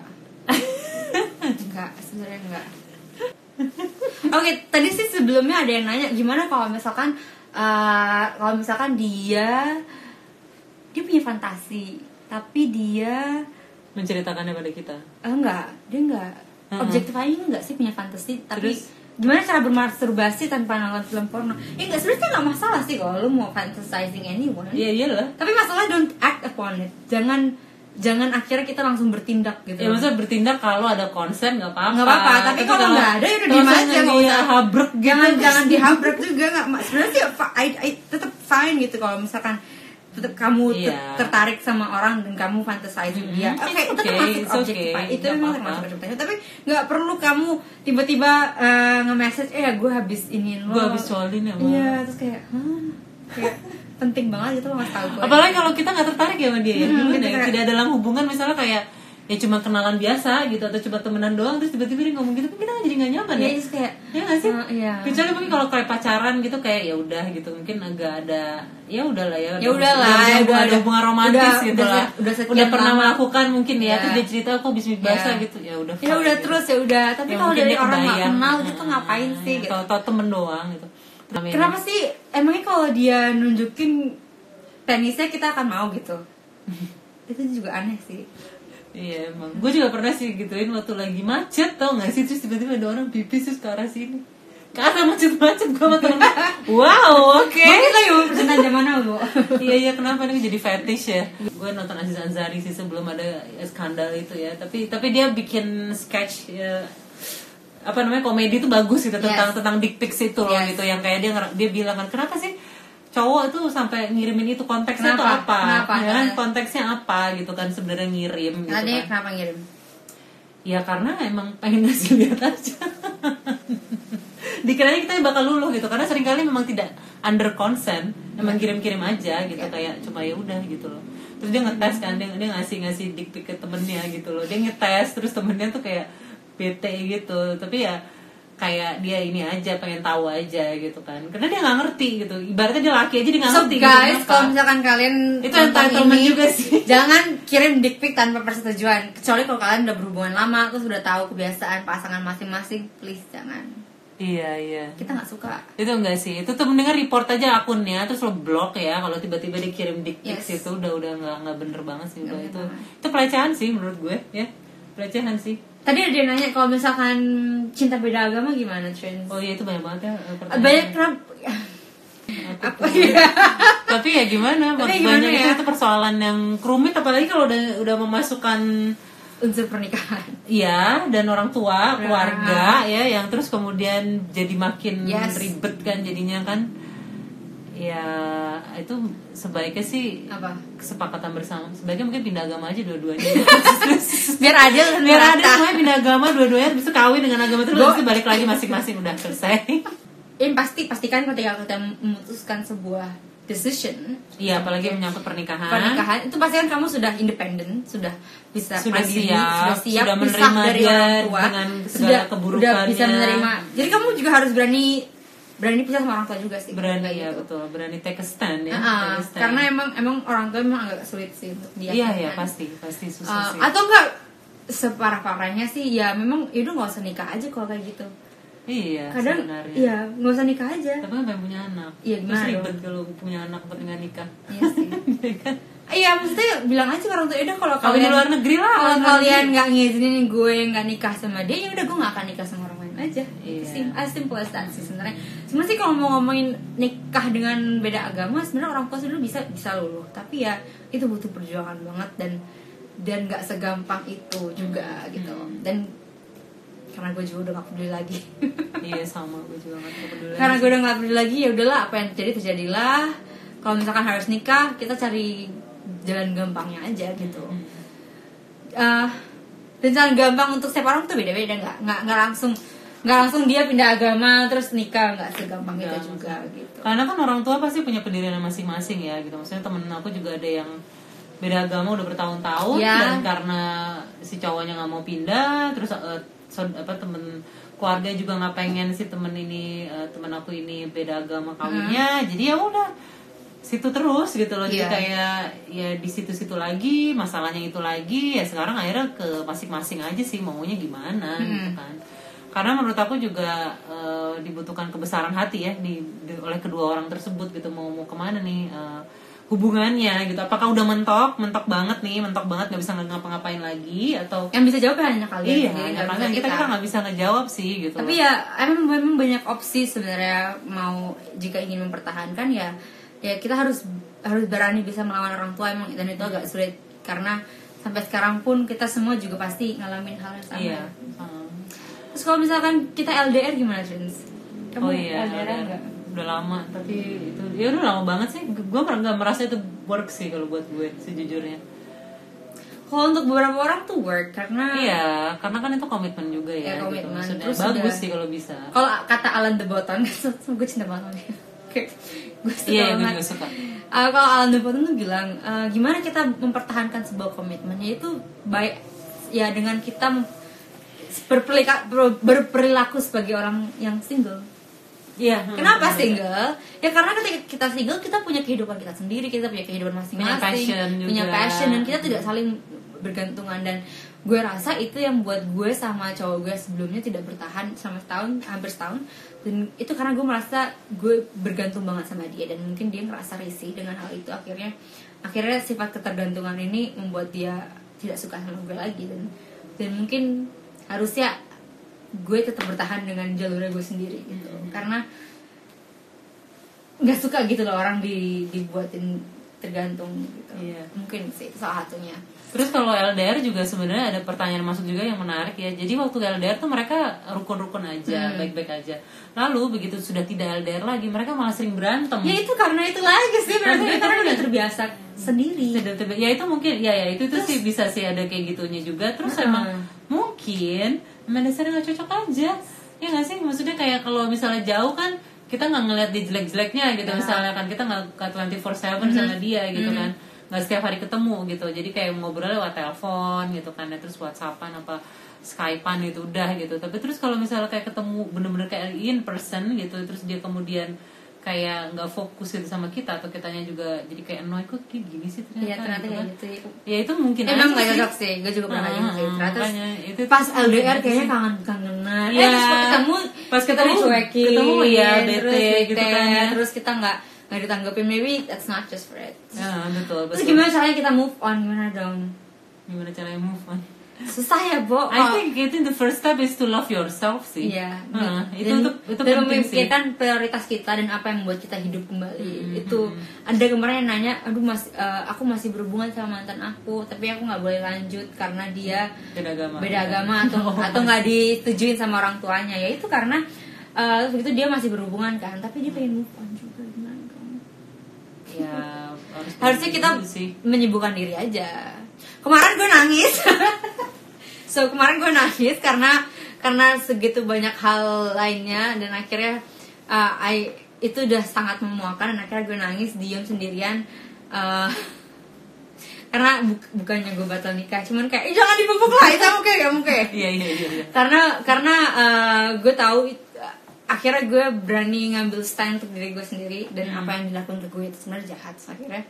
Enggak, sebenarnya enggak. Oke, tadi sih sebelumnya ada yang nanya gimana kalau misalkan uh, kalau misalkan dia dia punya fantasi, tapi dia Menceritakannya pada kita. eh, enggak, dia enggak Uh-uh. objectifying enggak sih punya fantasi, tapi Terus? gimana cara bermasturbasi tanpa nonton film porno? Ya enggak, sebenarnya enggak masalah sih kalau lu mau fantasizing anyone. Iya iyalah. Tapi masalah don't act upon it. Jangan jangan akhirnya kita langsung bertindak gitu. Ya maksudnya bertindak kalau ada konsen nggak apa-apa. Nggak apa-apa, tapi kalau nggak ada ya udah diem aja, nggak dia usah habrek gitu. jangan jangan dihabrek juga nggak. Sebenarnya sih fa- I, I, tetap fine gitu kalau misalkan tetap kamu ter- Iya. tertarik sama orang dan kamu fantasizing Mhm, dia. it's Oke, okay, itu termasuk it's objectify. okay, Itu nggak memang apa-apa. termasuk objectify. Tapi nggak perlu kamu tiba-tiba uh, nge-message eh gue habis iniin lo. Gue habis soalin ya. Mam. Iya, terus kayak hah? Kayak penting banget gitu lo ngasih tahu gue. Apalagi kalau kita nggak tertarik ya sama dia ya, Hmm, gimana gitu ya? kayak- Tidak dalam hubungan misalnya kayak ya cuma kenalan biasa gitu atau cuma temenan doang terus tiba-tiba dia ngomong gitu kan kita jadi nggak nyaman Iya, ya. terus kayak Ya nggak sih? uh, iya. Kecuali mungkin kalau kayak pacaran gitu kayak ya udah gitu mungkin agak ada ya udahlah ya. Ya udahlah, udah, ya udah, udah, ada hubungan romantis udah, gitu udah lah. se- udah sekian Udah pernah lama. melakukan mungkin ya, Iya. terus dia cerita aku bisnis basah Iya. gitu ya udah. Ya udah fine, terus ya udah. Tapi Ya, kalau mungkin dari dia orang nggak kebayang. kenal gitu ngapain sih gitu. Atau, atau temen doang gitu. Kenapa sih emangnya kalau dia nunjukin penisnya kita akan mau gitu? Itu juga aneh sih. Iya emang, gue juga pernah sih gituin waktu lagi macet tau gak sih, terus tiba-tiba ada orang pipis terus ke arah sini, ke arah macet-macet gue sama temen. Wow, oke. Mungkin lagi mau presentasi zaman now bu. Iya iya kenapa ini jadi fetish ya? Gue nonton Aziz Ansari sih sebelum ada skandal itu ya, tapi tapi dia bikin sketch ya, apa namanya komedi itu bagus gitu tentang Yes. tentang dick pics itu loh Yes. gitu, yang kayak dia nger- dia bilang kan kenapa sih cowok itu sampai ngirimin itu, konteksnya tuh Kenapa? apa? Kenapa? Ya kan konteksnya apa gitu kan sebenarnya ngirim gitu Tadi kan. kenapa ngirim? Ya karena emang pengen ngasih lihat aja. Dikiranya kita bakal luluh gitu karena seringkali memang tidak under consent, emang kirim-kirim aja gitu Ya. kayak cuma ya udah gitu loh. Terus dia ngetes kan, dia dia ngasih ngasih dick pic ke temennya gitu loh. Dia ngetes terus temennya tuh kayak bete gitu. Tapi ya kayak dia ini aja pengen tahu aja gitu kan, karena dia nggak ngerti gitu, ibaratnya dia laki aja dia nggak So ngerti guys, gitu, kalau misalkan kalian itu nonton entitlement ini, juga sih. jangan kirim dick pic tanpa persetujuan, kecuali kalau kalian udah berhubungan lama terus udah tahu kebiasaan pasangan masing-masing, please jangan. Iya iya. Kita nggak suka. Itu enggak sih, itu tuh mendingan report aja akunnya terus lo blok ya kalau tiba-tiba dia kirim dick pics. Yes. Itu udah udah nggak nggak bener banget sih, udah itu banget. Itu pelecehan sih menurut gue ya, pelecehan sih. Tadi ada yang nanya kalau misalkan cinta beda agama gimana, Trends? Oh iya itu banyak banget ya. Banyak kenapa? Apa ya? Tapi ya gimana? Tapi banyak ya? itu, itu persoalan yang rumit, apalagi kalau udah udah memasukkan unsur pernikahan. Iya, dan orang tua, keluarga ya, yang terus kemudian jadi makin yes. ribet kan jadinya kan. Ya itu sebaiknya sih apa? Kesepakatan bersama. Sebaiknya mungkin pindah agama aja dua-duanya. Biar adil dan biar adil semuanya pindah agama dua-duanya, bisa kawin dengan agama terus Go. Balik lagi masing-masing, udah selesai. Ini pasti pastikan ketika kita memutuskan sebuah decision, iya apalagi menyangkut pernikahan. Pernikahan itu pasti kan kamu sudah independen, sudah bisa sudah mandiri, siap, sudah siap sudah menerima dari dia orang tua, dengan segala sudah, keburukannya. Sudah bisa menerima. Jadi kamu juga harus berani berani pisah sama orang tua juga sih. Berani ya gitu. Betul, berani take a stand ya. Uh-uh, take a stand. Karena emang emang orang tua emang agak sulit sih untuk dia. Iya iya pasti pasti susah uh, sih. Atau enggak separah-parahnya sih ya memang itu nggak usah nikah aja kalau kayak gitu. Iya, kadang sebenarnya. Iya, nggak usah nikah aja. Tapi kan pengen punya anak. Iya, gimana? Terus ribet kalau punya anak tapi nggak nikah. Iya sih. Iya, maksudnya bilang aja orang tua, udah kalau kalian di luar negeri lah. Kalau kalian nggak ngizinin gue nggak nikah sama dia, ya udah gue nggak akan nikah sama orang lain aja. Iya. Sim, as simple as that sih sebenarnya. Cuma sih kalau mau ngomongin nikah dengan beda agama, sebenarnya orang tua sebenarnya bisa bisa luluh. Tapi ya itu butuh perjuangan banget dan dan nggak segampang itu juga gitu. Dan karena gue juga udah gak peduli lagi. Iya sama, gue juga gak peduli karena gue udah gak peduli lagi, ya udahlah apa yang terjadi terjadilah. Kalau misalkan harus nikah, kita cari jalan gampangnya aja gitu. uh, Dan jalan gampang untuk setiap orang tuh beda-beda, nggak nggak nggak langsung nggak langsung dia pindah agama terus nikah, nggak segampang itu juga gitu. Karena kan orang tua pasti punya pendirian masing-masing ya gitu. Maksudnya temen aku juga ada yang beda agama udah bertahun-tahun ya. Dan karena si cowoknya nggak mau pindah, terus uh, so, apa temen keluarga juga nggak pengen si temen ini uh, temen aku ini beda agama kawinnya, hmm. jadi ya udah situ terus gitu loh. Jadi yeah. kayak ya di situ-situ lagi masalahnya itu lagi, ya sekarang akhirnya ke masing-masing aja sih maunya gimana hmm. gitu kan. Karena menurut aku juga uh, dibutuhkan kebesaran hati ya di, di oleh kedua orang tersebut gitu, mau mau kemana nih uh, hubungannya gitu. Apakah udah mentok, mentok banget nih, mentok banget nggak bisa ngapa-ngapain lagi, atau yang bisa jawab hanya kalian. Iya, hanya kalian. Kita kita nggak bisa ngejawab sih gitu. Tapi loh. Ya emang memang banyak opsi sebenarnya, mau jika ingin mempertahankan ya ya kita harus harus berani bisa melawan orang tua emang, dan itu agak sulit karena sampai sekarang pun kita semua juga pasti ngalamin hal yang sama. Iya. Hmm. Terus kalau misalkan kita L D R gimana, Trins? Kamu oh iya, L D R enggak? Udah lama, tapi itu ya udah lama banget sih. Gue nggak merasa itu work sih kalau buat gue sejujurnya. Kalau untuk beberapa orang tuh work karena iya, karena kan itu komitmen juga ya. Ya komitmen. Gitu. Terus bagus udah, sih kalau bisa. Kalau kata Alan de Botton, gue cinta banget dia. Oke, gue suka iya, banget. Iya, gue suka. Uh, kalau Alan de Botton tuh bilang, uh, gimana kita mempertahankan sebuah komitmen, yaitu baik ya dengan kita berperilaku, berperilaku sebagai orang yang single. Iya. Kenapa single? Ya karena ketika kita single kita punya kehidupan kita sendiri, kita punya kehidupan masing-masing, punya passion, punya juga. passion dan kita tidak saling bergantungan. Dan gue rasa itu yang buat gue sama cowok gue sebelumnya tidak bertahan selama setahun, hampir setahun. Dan itu karena gue merasa gue bergantung banget sama dia, dan mungkin dia ngerasa risih dengan hal itu. Akhirnya akhirnya sifat ketergantungan ini membuat dia tidak suka sama gue lagi, dan dan mungkin harusnya gue tetap bertahan dengan jalurnya gue sendiri gitu, hmm. karena nggak suka gitu loh orang di dibuatin tergantung gitu. Iya. Mungkin sih itu salah satunya. Terus kalau L D R juga sebenarnya ada pertanyaan masuk juga yang menarik ya. Jadi waktu L D R tuh mereka rukun-rukun aja, hmm. baik-baik aja. Lalu begitu sudah tidak L D R lagi, mereka malah sering berantem. Ya itu karena itu lagi sih, mereka karena udah terbiasa sendiri. Sudah terbiasa. Ya itu mungkin, ya ya itu itu Terus, sih bisa sih ada kayak gitunya juga. Terus uh-huh. emang mungkin emang dasarnya nggak cocok aja. Ya nggak sih, maksudnya kayak kalau misalnya jauh kan kita nggak ngeliat di jelek-jeleknya gitu, yeah. misalnya kan kita nggak dua puluh empat tujuh mm-hmm. sama dia gitu mm-hmm. kan. nggak setiap hari ketemu gitu, jadi kayak ngobrol lewat telepon gitu kan, terus WhatsAppan apa Skypean itu udah gitu. Tapi terus kalau misalnya kayak ketemu bener-bener kayak in person gitu, terus dia kemudian kayak nggak fokus gitu sama kita, atau kitanya juga jadi kayak annoy, kok kayak gini sih ternyata. Iya ternyata gitu kayak kan. gitu. Ya itu mungkin Emang aja nggak sih. cocok sih, gue juga pernah kayak gitu sih. Hmm, Ternyata makanya, itu pas tuh L D R gimana kayaknya sih? kangen-kangenan. Iya. Eh terus pas ketemu, Pas kita ketemu, dicuekin, ketemu ya bete terus gitu bete, kan ya. terus kita nggak nggak ditanggapin, maybe that's not just for it. Ya, betul, betul. Terus gimana caranya kita move on, gimana dong? Gimana caranya move on? Susah ya, Bo. I think I think the first step is to love yourself sih. Iya. Heeh, itu Dan- untuk itu dan penting sih. memikirkan prioritas kita dan apa yang membuat kita hidup kembali. Hmm, Itu hmm. ada kemarin yang nanya, aduh mas, eh, aku masih berhubungan sama mantan aku, tapi aku nggak boleh lanjut karena dia Beda agama. beda agama atau Oh. atau nggak disetujuin sama orang tuanya. Ya itu karena eh, begitu dia masih berhubungan kan, tapi dia pengen move on juga, gimana dong? Ya, harus Harusnya kita dulu sih. menyibukkan diri aja. Kemarin gue nangis. So kemarin gue nangis karena karena segitu banyak hal lainnya, dan akhirnya uh, I itu udah sangat memuakan, dan akhirnya gue nangis diam sendirian. Uh, karena bu- bukannya gue batal nikah, cuman kayak, "Ih, jangan dibebuk lah, itu oke ya oke." Iya iya iya. iya. Karena karena uh, gue tahu it- akhirnya gue berani ngambil stand untuk diri gue sendiri, dan Hmm. apa yang dilakukan ke gue itu sebenarnya jahat. So, akhirnya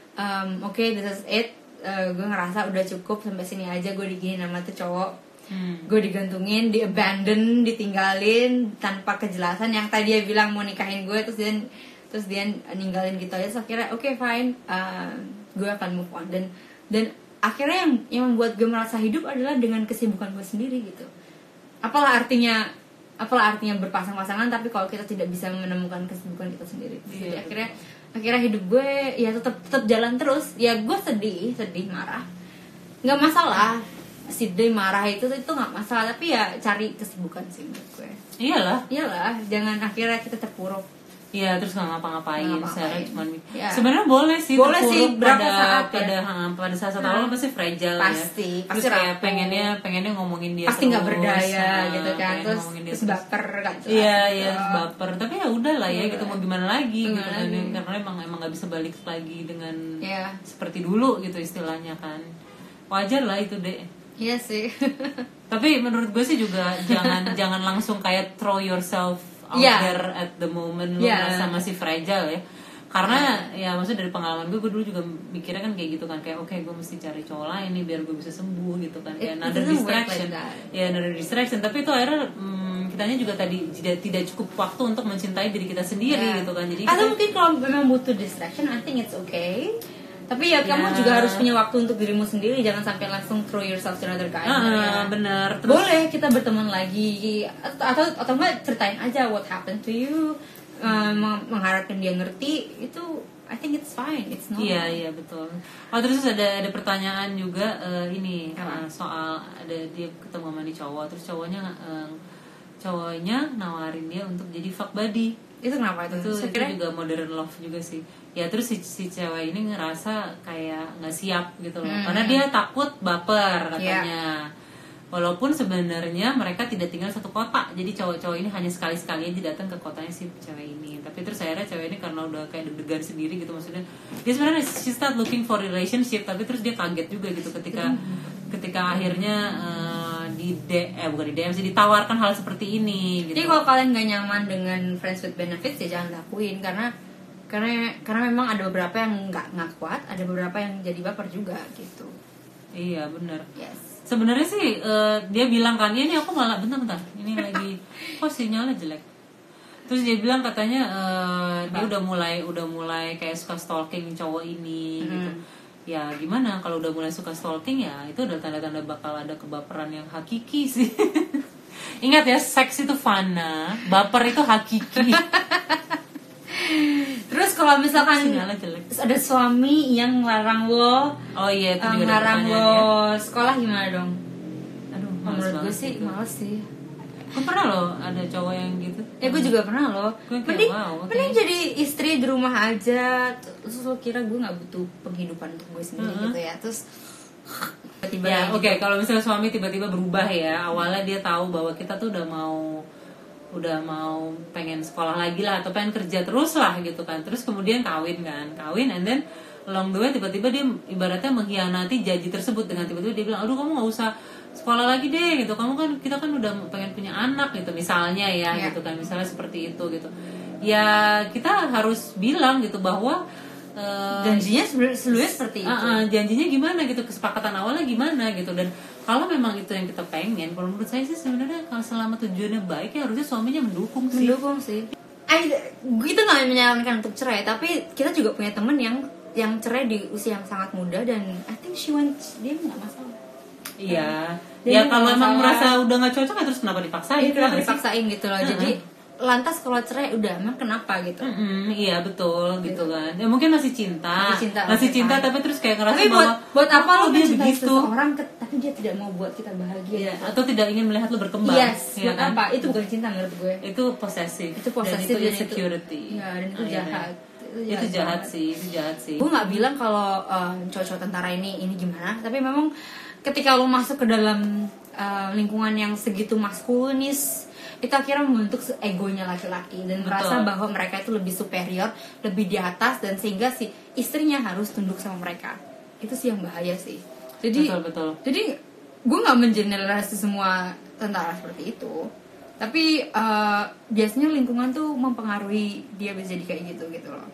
um, oke okay, this is it. Uh, gue ngerasa udah cukup sampai sini aja, gue digini nama tuh cowok, Hmm. gue digantungin, di abandon, ditinggalin tanpa kejelasan. Yang tadi dia bilang mau nikahin gue, terus dia terus dia ninggalin gitu aja. So, akhirnya oke okay, fine, uh, gue akan move on. Dan dan akhirnya yang yang membuat gue merasa hidup adalah dengan kesibukan gue sendiri gitu. Apalah artinya apalah artinya berpasang-pasangan tapi kalau kita tidak bisa menemukan kesibukan kita sendiri. Jadi Iya, akhirnya akhirnya hidup gue ya tetap tetap jalan terus. Ya gue sedih sedih marah nggak masalah, sedih marah itu itu nggak masalah, tapi ya cari kesibukan sih menurut gue. Iyalah. Iyalah, jangan akhirnya kita terpuruk. Iya, terus nggak ngapa-ngapain, Nggak ngapa-ngapain. secara cuman Ya. sebenarnya boleh sih Boleh terpuruk sih, berapa pada saat ya. pada ha, pada saat-saat Nah. awal pasti fragile Pasti, ya. pasti Terus kayak rapuh. pengennya pengennya ngomongin dia Pasti nggak terus, berdaya ha, gitu kan, pengen terus ngomongin dia terus baper kan. Iya iya terus baper, tapi ya udah lah ya Iya. gitu, mau gimana lagi Gimana gitu kan, lagi. karena emang emang nggak bisa balik lagi dengan Iya. seperti dulu gitu istilahnya kan, wajar lah itu deh. Iya sih. Tapi menurut gue sih juga jangan jangan langsung kayak throw yourself out Iya. there at the moment lu Iya. merasa masih fragile ya. Karena ya maksudnya dari pengalaman gue, gue dulu juga mikirnya kan kayak gitu kan, kayak oke gue mesti cari cowok lain nih biar gue bisa sembuh gitu kan, kayak It another doesn't work distraction. like that. Ya another distraction, tapi itu akhirnya hmm, kitanya juga tadi tidak tidak cukup waktu untuk mencintai diri kita sendiri Iya. gitu kan. Jadi Atau kita- mungkin kalau memang butuh distraction, I think it's okay. Tapi ya, kamu Ya. juga harus punya waktu untuk dirimu sendiri, jangan sampai langsung throw yourself to another guy. Ah, bener ya? bener. Terus Boleh kita berteman lagi, atau atau, atau enggak ceritain aja what happened to you, uh, meng- mengharapkan dia ngerti, itu I think it's fine, it's normal. Iya iya betul. Oh terus ada ada pertanyaan juga eh, ini Apa? eh, soal ada dia ketemu sama nih cowok, terus cowoknya eh, cowoknya nawarin dia untuk jadi fuck buddy. Itu kenapa itu? Itu, Saya itu kira- juga modern love juga sih. Ya terus si, si cewek ini ngerasa kayak nggak siap gitu loh, Hmm. karena dia takut baper katanya. Iya. Walaupun sebenarnya mereka tidak tinggal satu kota, jadi cowok-cowok ini hanya sekali-sekali aja datang ke kotanya si cewek ini. Tapi terus akhirnya cewek ini karena udah kayak deg-degan sendiri gitu, maksudnya dia sebenarnya she start looking for relationship, tapi terus dia kaget juga gitu ketika ketika akhirnya eh, di D eh bukan di D M sih, ditawarkan hal seperti ini gitu. Jadi kalau kalian gak nyaman dengan friends with benefits ya jangan lakuin, karena karena karena memang ada beberapa yang nggak nggak kuat, ada beberapa yang jadi baper juga gitu. Iya benar. Yes. Sebenarnya sih eh, dia bilang kan, ya ini aku malah bentar-bentar ini lagi kok sinyalnya jelek. Terus dia bilang katanya eh, dia udah mulai udah mulai kayak suka stalking cowok ini gitu. Ya gimana kalau udah mulai suka stalking, ya itu udah tanda-tanda bakal ada kebaperan yang hakiki sih. Ingat ya, seks itu fana, baper itu hakiki. Terus kalau misalkan Sinyalnya jelek. ada suami yang ngelarang lo, Oh iya itu eh, juga ada ngelarang lo pertanyaannya. sekolah, gimana dong? Aduh, Kalau males menurut gue banget sih gitu. males sih. Gue pernah loh ada cowok yang gitu. Ya gue juga pernah loh. Gue kayak, Mending, wow, oke. mending jadi istri di rumah aja. Terus lo kira gue nggak butuh penghidupan untuk gue sendiri Mm-hmm. gitu ya. Terus tiba-tiba Ya lagi- oke, kalau misalnya suami tiba-tiba berubah ya, awalnya dia tahu bahwa kita tuh udah mau udah mau pengen sekolah lagi lah atau pengen kerja terus lah gitu kan, terus kemudian kawin kan, kawin and then along the way tiba-tiba dia ibaratnya mengkhianati janji tersebut dengan tiba-tiba dia bilang, aduh kamu nggak usah sekolah lagi deh gitu, kamu kan kita kan udah pengen punya anak gitu misalnya ya, yeah. gitu kan, misalnya seperti itu gitu. Ya kita harus bilang gitu bahwa uh, janjinya sebenarnya seperti itu. Uh, uh, janjinya gimana gitu, kesepakatan awalnya gimana gitu. Dan kalau memang itu yang kita pengen, kalau menurut saya sih sebenarnya kalau selama tujuannya baik ya harusnya suaminya mendukung sih. Mendukung sih. I, gitu nggak menyarankan untuk cerai, tapi kita juga punya temen yang yang cerai di usia yang sangat muda dan I think she wants, dia nggak masalah. Iya. Dan Ya kalau emang merasa udah nggak cocok ya terus kenapa dipaksain? Iya, kenapa dipaksain gitu loh. Uh-huh. Jadi lantas kalau cerai udah emang kenapa gitu? Mm-hmm, iya betul gitu kan. Ya mungkin masih cinta, masih cinta, masih cinta kan. Tapi terus kayak ngerasa tapi buat, bahwa buat apa lo dia mencintai begitu seseorang tapi dia tidak mau buat kita bahagia? Iya, atau tidak ingin melihat lo berkembang. Yes, ya buat kan? apa? Itu bukan cinta menurut gue. Itu posesif. Itu posesif dan itu dan insecurity. Itu, ya, dan itu oh, jahat. Iya. Itu jahat, itu jahat sih, itu jahat sih. Gue nggak bilang kalau um, cowok-cowok tentara ini ini gimana, tapi memang ketika lo masuk ke dalam uh, lingkungan yang segitu maskulinis, itu akhirnya membentuk egonya laki-laki dan Betul. merasa bahwa mereka itu lebih superior, lebih di atas, dan sehingga si istrinya harus tunduk sama mereka. Itu sih yang bahaya sih. Jadi, betul, betul. jadi gue nggak mengeneralisasi semua tentara seperti itu, tapi uh, biasanya lingkungan tuh mempengaruhi dia bisa jadi kayak gitu gitu loh.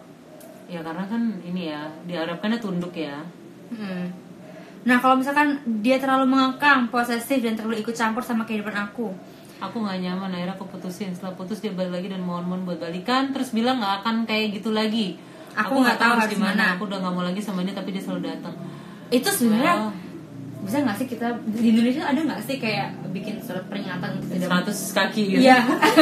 Ya karena kan ini ya diharapkannya tunduk ya. Hmm. Nah kalau misalkan dia terlalu mengekang, posesif dan terlalu ikut campur sama kehidupan aku, aku nggak nyaman, akhirnya aku putusin. Setelah putus dia balik lagi dan mohon-mohon buat balikan, terus bilang nggak akan kayak gitu lagi. Aku nggak tahu harus gimana. Aku udah nggak mau lagi sama dia tapi dia selalu datang. Itu sebenarnya Oh. bisa nggak sih kita di Indonesia ada nggak sih kayak bikin surat peringatan untuk tidak seratus kaki gitu. Iya.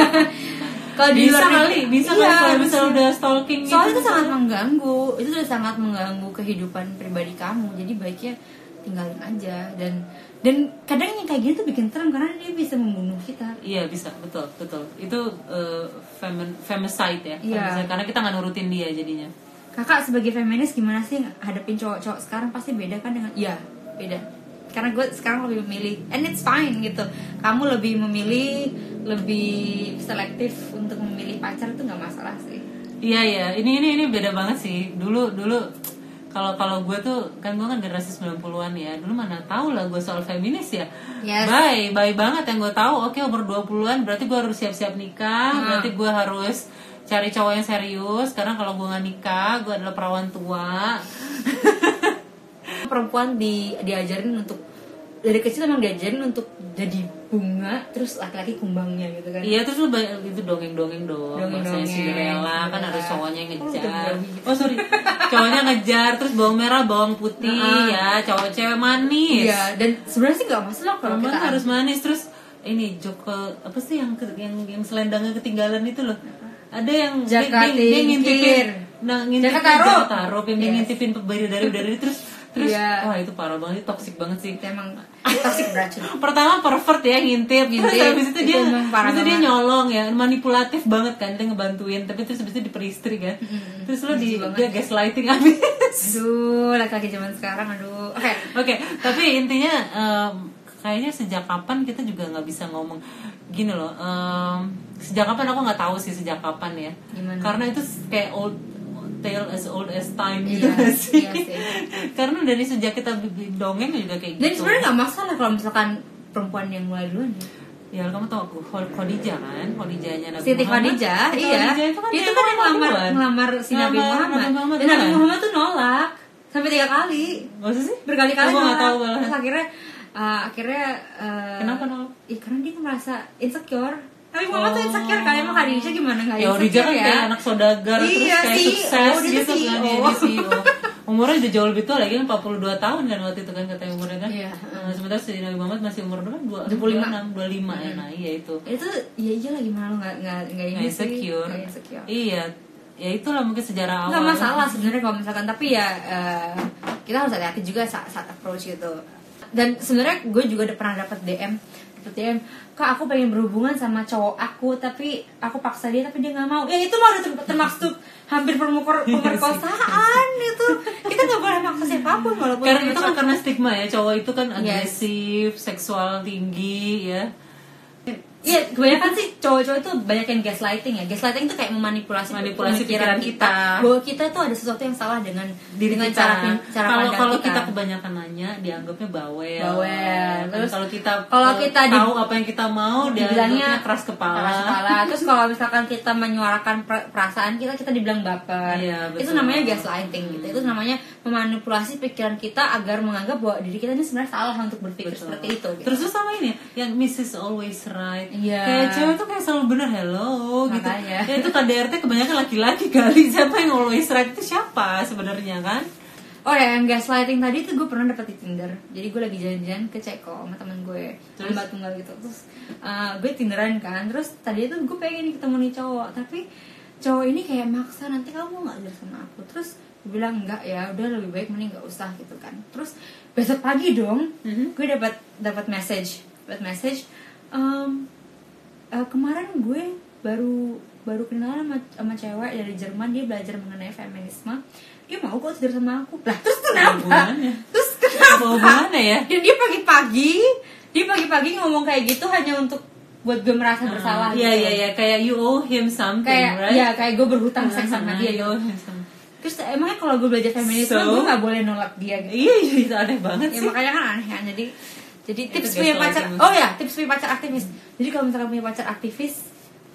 Kalau di bisa luar kali, bisa iya, kan kalau misalnya udah stalking gitu. Soalnya itu sangat mengganggu, itu sudah sangat mengganggu kehidupan pribadi kamu. Jadi baiknya tinggalin aja. Dan dan kadang yang kayak gini tuh bikin serem karena dia bisa membunuh kita. Iya bisa, betul betul. Itu uh, femin, femicide ya. Iya. Femicide, karena kita nggak nurutin dia jadinya. Kakak sebagai feminis gimana sih hadapin cowok-cowok sekarang? Pasti beda kan dengan iya beda. Karena gue sekarang lebih memilih, and it's fine gitu. Kamu lebih memilih, lebih selektif untuk memilih pacar itu nggak masalah sih. Iya iya, ini ini ini beda banget sih. Dulu dulu kalau kalau gue tuh kan gue kan generasi sembilan puluhan ya. Dulu mana tahu lah gue soal feminis ya. Yes. Bye, bye banget yang gue tahu. Oke, umur dua puluhan berarti gue harus siap-siap nikah, Hmm. berarti gue harus cari cowok yang serius. Karena kalau gue nggak nikah, gue adalah perawan tua. Perempuan di diajarin untuk dari kecil emang diajarin untuk jadi bunga, terus laki-laki kumbangnya gitu kan. Iya, terus lu banyak itu dongeng-dongeng dong. Dongeng-dongeng. Bahasanya Cinderella kan Cinderella. harus cowoknya yang Oh, ngejar. udah jauh gitu. Oh, sorry. Cowoknya ngejar terus bawang merah, bawang putih Nah. ya, cowok cewek manis. Iya, dan sebenarnya sih nggak masalah kalau Perempuan kita harus manis. Terus ini Joko apa sih yang ke- yang yang selendangnya ketinggalan itu loh. Ada yang dia, Jaka dia, dia ngintipin Tingkir. nah ngintipin Jaka Tarub. Jaka Tarub, yang dia Yes. ngintipin dari dari terus terus Iya. wah itu parah banget, itu toxic banget sih. itu emang toxic beracun. Pertama pervert ya, ngintip, Ngintip, terus habis itu itu dia emang parah habis itu dia banget. nyolong ya, manipulatif banget kan, dia ngebantuin, tapi terus habis itu diperistri kan. Mm-mm. Terus lo di Lucu banget. dia gaslighting abis. Aduh, laki-laki zaman sekarang, aduh. Oke. Oke, tapi intinya em, kayaknya sejak kapan kita juga nggak bisa ngomong gini loh. em, sejak kapan aku nggak tahu sih sejak kapan ya. Gimana? Karena itu kayak old tale as old as time gitu Iya, nggak sih. iya sih. Karena dari sejak kita bikin dongeng juga kayak Dan gitu. sebenarnya nggak masalah kalau misalkan perempuan yang mulai duluan ya. Ya kamu tau aku Khadijah kan, Khadijahnya Nabi Siti Muhammad. Khadijah, Siti iya. Khadijah itu kan Itu dia kan yang ngelamar duluan. ngelamar si Nabi Ngelamar Muhammad. Nabi Muhammad Dan Nabi duluan. Muhammad tuh nolak sampai tiga kali. Maksud sih? Berkali-kali Aku nggak nolak. tahu malah. Terus akhirnya uh, akhirnya uh, Kenapa nolak? Ih, karena dia merasa insecure. Nabi Muhammad tuh insecure kali, emang Khadijah gimana nggak Ya Khadijah insecure kan ya? kayak anak saudagar, terus Iya, kayak C E O, sukses dia gitu tuh kan, C E O. dia, dia C E O. Umurnya udah jauh lebih tua lagi kan, empat puluh dua tahun kan waktu itu kan katanya umurnya kan. Iya. Nah, sementara si Nabi Muhammad masih umur berapa? dua dua puluh lima. enam, dua puluh lima ya. Hmm. Nah, iya itu. Itu ya iyalah gimana lo nggak nggak nggak ini Nggak sih? insecure. Nggak insecure. Iya. Ya itulah mungkin sejarah awal. Nggak masalah sebenarnya kalau misalkan, tapi ya eh, kita harus hati-hati juga saat, saat approach gitu. Dan sebenarnya gue juga udah pernah dapat D M, dapet D M, kak aku pengen berhubungan sama cowok aku tapi aku paksa dia tapi dia nggak mau. Ya itu mah udah ter- termasuk hampir pemerkor- pemerkosaan itu. Kita nggak boleh maksa siapapun walaupun Karena dia itu kan cowok. karena stigma ya, cowok itu kan Yes. agresif, seksual tinggi ya. Iya, kebanyakan sih cowok-cowok tuh banyak yang gaslighting ya. Gaslighting itu kayak memanipulasi Manipulasi pemikiran pikiran kita. bahwa kita itu ada sesuatu yang salah dengan Diri dengan kita. cara pin- cara Kalau pandang kalau kita. kita kebanyakan nanya, dianggapnya bawel. Bawel. Kan Terus kalau kita kalau kita di- tahu apa yang kita mau, dibilangnya dianggapnya keras kepala. keras kepala. Terus kalau misalkan kita menyuarakan per- perasaan kita, kita dibilang baper. Iya, Itu betul. namanya gaslighting gitu. Itu namanya memanipulasi pikiran kita agar menganggap bahwa diri kita ini sebenarnya salah untuk berpikir Betul. seperti itu. Gitu. Terus tuh sama ini yang missus Always Right. Iya. Kayak cewek tuh kayak selalu benar, hello gitu. Makanya. Ya itu K D R T kebanyakan laki-laki kali. Siapa yang always right itu siapa sebenarnya kan? Oh ya, yang gaslighting tadi tuh gue pernah dapet di Tinder. Jadi gue lagi jalan-jalan ke Ceko sama temen gue, Terus? Mbak Tunggal gitu. Terus uh, gue Tinderan kan. Terus tadi itu gue pengen nih ketemu nih cowok, tapi cowok ini kayak maksa, nanti kamu nggak jelas sama aku. Terus gue bilang enggak ya, udah lebih baik mending nggak usah gitu kan. Terus besok pagi dong, Mhm. gue dapat dapat message, dapat message. Um, uh, kemarin gue baru baru kenal sama, sama cewek dari Jerman, dia belajar mengenai feminisme, dia mau kok tidur sama aku. Lah terus Apa kenapa? hubungannya? Terus kenapa? Apa hubungannya ya? Dan dia pagi-pagi, dia pagi-pagi ngomong kayak gitu hanya untuk buat gue merasa bersalah. Iya gitu. iya iya, kayak you owe him something, Kayak right? ya kayak gue berhutang seks sama dia. You Gitu. owe him something. Terus emangnya kalau gue belajar feminisme, So? gue nggak boleh nolak dia gitu. Iya iya, itu aneh banget Ya sih. makanya kan aneh kan. Jadi jadi Itu tips punya pacar. gaslighting. Oh ya, tips punya pacar aktivis. Jadi kalau misalkan punya pacar aktivis,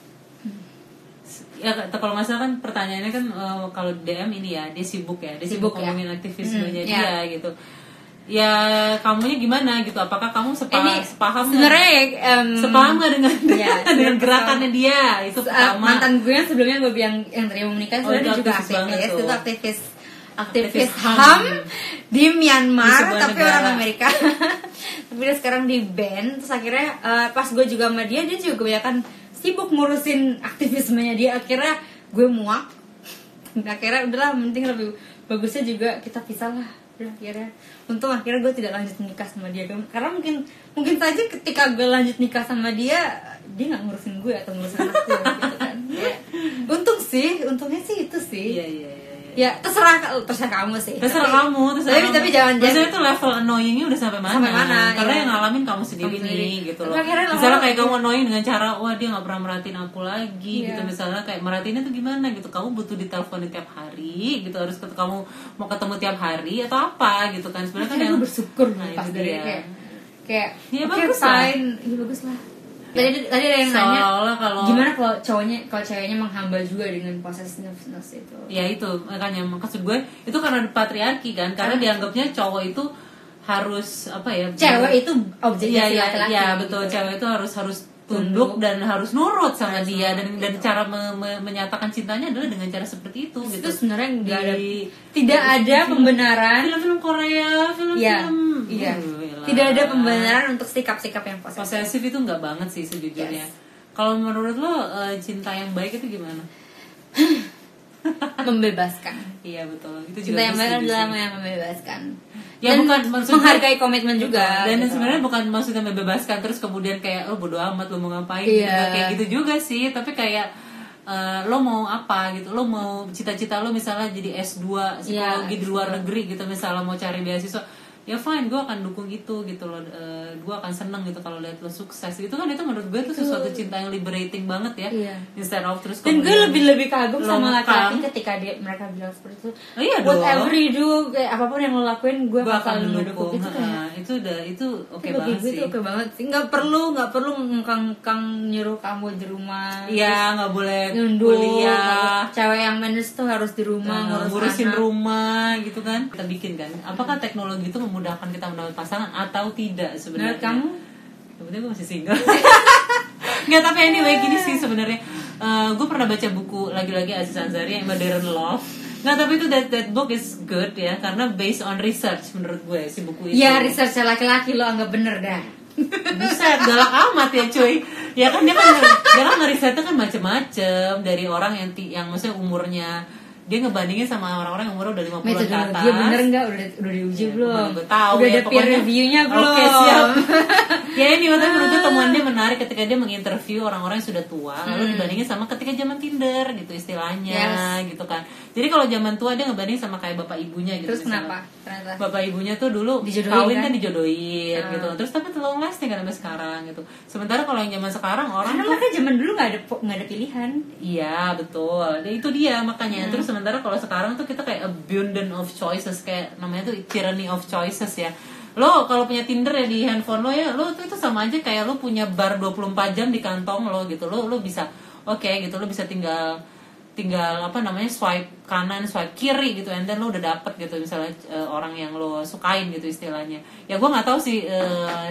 Ya k- kalau nggak salah kan pertanyaannya kan eh, kalau D M ini ya dia sibuk ya, dia Sibuk sibuk, ya. ngomongin aktivismenya Hmm, dia ya. gitu. Ya kamunya gimana gitu? Apakah kamu sepa, ini sepaham nggak? sebenarnya ya, em, sepaham nggak dengan ya, dengan sepaham. gerakannya dia? Itu Uh, pertama. mantan gue yang sebelumnya gue yang yang terima menikah Oh, sebenarnya itu dia juga aktivis banget aktivis, tuh. itu aktivis aktivis Aktivis H A H A M M di Myanmar Di sebuah tapi negara. orang Amerika. Tapi dia sekarang di ban. Terus akhirnya uh, pas gue juga sama dia, dia juga kebanyakan sibuk ngurusin aktivismenya dia. Akhirnya gue muak. Akhirnya udahlah, penting lebih bagusnya juga kita pisah lah. Udah, akhirnya untung akhirnya gue tidak lanjut nikah sama dia, karena mungkin mungkin saja ketika gue lanjut nikah sama dia, dia nggak ngurusin gue atau ngurusin anak gue gitu kan. Ya. Untung sih, untungnya sih itu sih. Iya iya iya. Ya terserah terserah kamu sih. Terserah Tapi- kamu, terserah tapi kamu. tapi jangan Biasanya jangan. tuh level annoyingnya udah sampai mana? Sampai mana, Karena iya. yang ngalamin kamu sendiri Kamu nih, sendiri. gitu Tapi loh. akhirnya Misalnya lama-lama- kayak kamu annoying dengan cara, wah dia nggak pernah merhatiin aku lagi, Iya. gitu. Misalnya kayak merhatiinnya tuh gimana gitu? Kamu butuh diteleponin tiap hari, gitu. Harus ket- kamu mau ketemu tiap hari atau apa, gitu kan? Sebenarnya kan Akhirnya yang gue bersyukur Nah, pas itu dari dia. kayak kayak Ya, oke, bagus lah. fine, iya bagus lah. Tadi tadi ada yang nanya Seolah-olah kalau gimana kalau cowoknya kalau ceweknya menghamba juga dengan possessiveness itu. ya itu makanya maksud gue itu karena patriarki kan, karena Karena- dianggapnya cowok itu harus apa ya, Cewek itu objeknya Iya si iya laki-laki. iya betul, gitu. cewek itu harus harus Tunduk. tunduk dan harus nurut sama Harus dia, dan nurut, dan gitu. cara me- me- menyatakan cintanya adalah dengan cara seperti itu gitu. Itu sebenarnya nggak ada, Di- tidak ada film- pembenaran. film-film Korea, film-film Iya, iya. Uh, elah. Tidak ada pembenaran untuk sikap-sikap yang posesif. Posesif itu nggak banget sih sejujurnya. Yes. Kalau menurut lo eh, cinta yang baik itu gimana? Membebaskan. Iya betul, itu juga Cinta yang gue baik setuju adalah sih. yang membebaskan. Ya, Dan bukan, maksudnya- menghargai komitmen juga. Dan gitu. sebenarnya bukan maksudnya membebaskan terus kemudian kayak oh bodo amat lo mau ngapain Iya. gitu. Nggak kayak gitu juga sih, tapi kayak eh, lo mau apa gitu, lo mau cita-cita lo misalnya jadi S dua psikologi Iya, di luar S dua. negeri gitu, misalnya mau cari beasiswa, ya fine, gue akan dukung itu gitu loh. Eh, gue akan seneng gitu kalau lihat lo sukses. Itu kan itu menurut gue tuh Itu- sesuatu cinta yang liberating banget ya. Iya. Instead of terus Dan gue kemudian- lebih lebih kagum lo sama laki-laki ngekang. ketika dia mereka bilang seperti itu. Oh, iya dong. Whatever you do, kayak apapun yang lo lakuin, gue gue bakal akan mendukung. mendukung. Itu kayak Nah, itu udah itu oke itu bagi banget gue sih. itu oke banget sih. Nggak perlu nggak perlu ngkang-ngkang nyuruh kamu di rumah. Iya, nggak boleh terus nunduk. kuliah. nggak- Cewek yang manage tuh harus di rumah Nah, ngurus ngurusin anak. rumah gitu kan, kita bikin kan. Apakah teknologi itu memudahkan kita mendapat pasangan atau tidak sebenarnya? Menurut kamu? Sebetulnya gue masih single. Nggak, tapi anyway gini sih sebenarnya. Gue pernah baca buku lagi-lagi Aziz Ansari yang Modern Love. Nggak, tapi itu that, that book is good ya, karena based on research menurut gue si buku itu. Ya research laki-laki lo anggap bener dah. Buset, galak amat ya cuy. Ya kan dia kan dia kan ngerisetnya kan macem-macem dari orang yang ti- yang maksudnya umurnya, dia ngebandingin sama orang-orang yang umurnya udah lima puluhan ke atas. Metodologi bener nggak? Udah udah diuji Ya, belum? mana gue tahu Udah ya, ada peer pokoknya. reviewnya belum? Oke, siap. Ya ini waktu menurut gue temuan dia menarik ketika dia menginterview orang-orang yang sudah tua, hmm. lalu dibandingin sama ketika zaman Tinder gitu istilahnya, yes. gitu kan. Jadi kalau zaman tua dia ngebanding sama kayak bapak ibunya gitu. Terus kenapa? Ternyata. Bapak ibunya tuh dulu dijodohin, kawin kan, kan dijodohin hmm. gitu. Terus tapi long lasting kan sampai sekarang gitu. Sementara kalau yang zaman sekarang orang karena tuh mereka zaman dulu nggak ada nggak ada pilihan. Iya betul. Dan itu dia makanya. Hmm. Terus sementara kalau sekarang tuh kita kayak abundant of choices, kayak namanya tuh tyranny of choices ya. Lo kalau punya Tinder ya di handphone lo ya, lo tuh itu sama aja kayak lo punya bar dua puluh empat jam di kantong lo gitu. Lo lo bisa oke okay, gitu, lo bisa tinggal tinggal apa namanya swipe kanan, swipe kiri gitu, and then lo udah dapet gitu misalnya uh, orang yang lo sukain gitu istilahnya. Ya gue nggak tahu sih uh,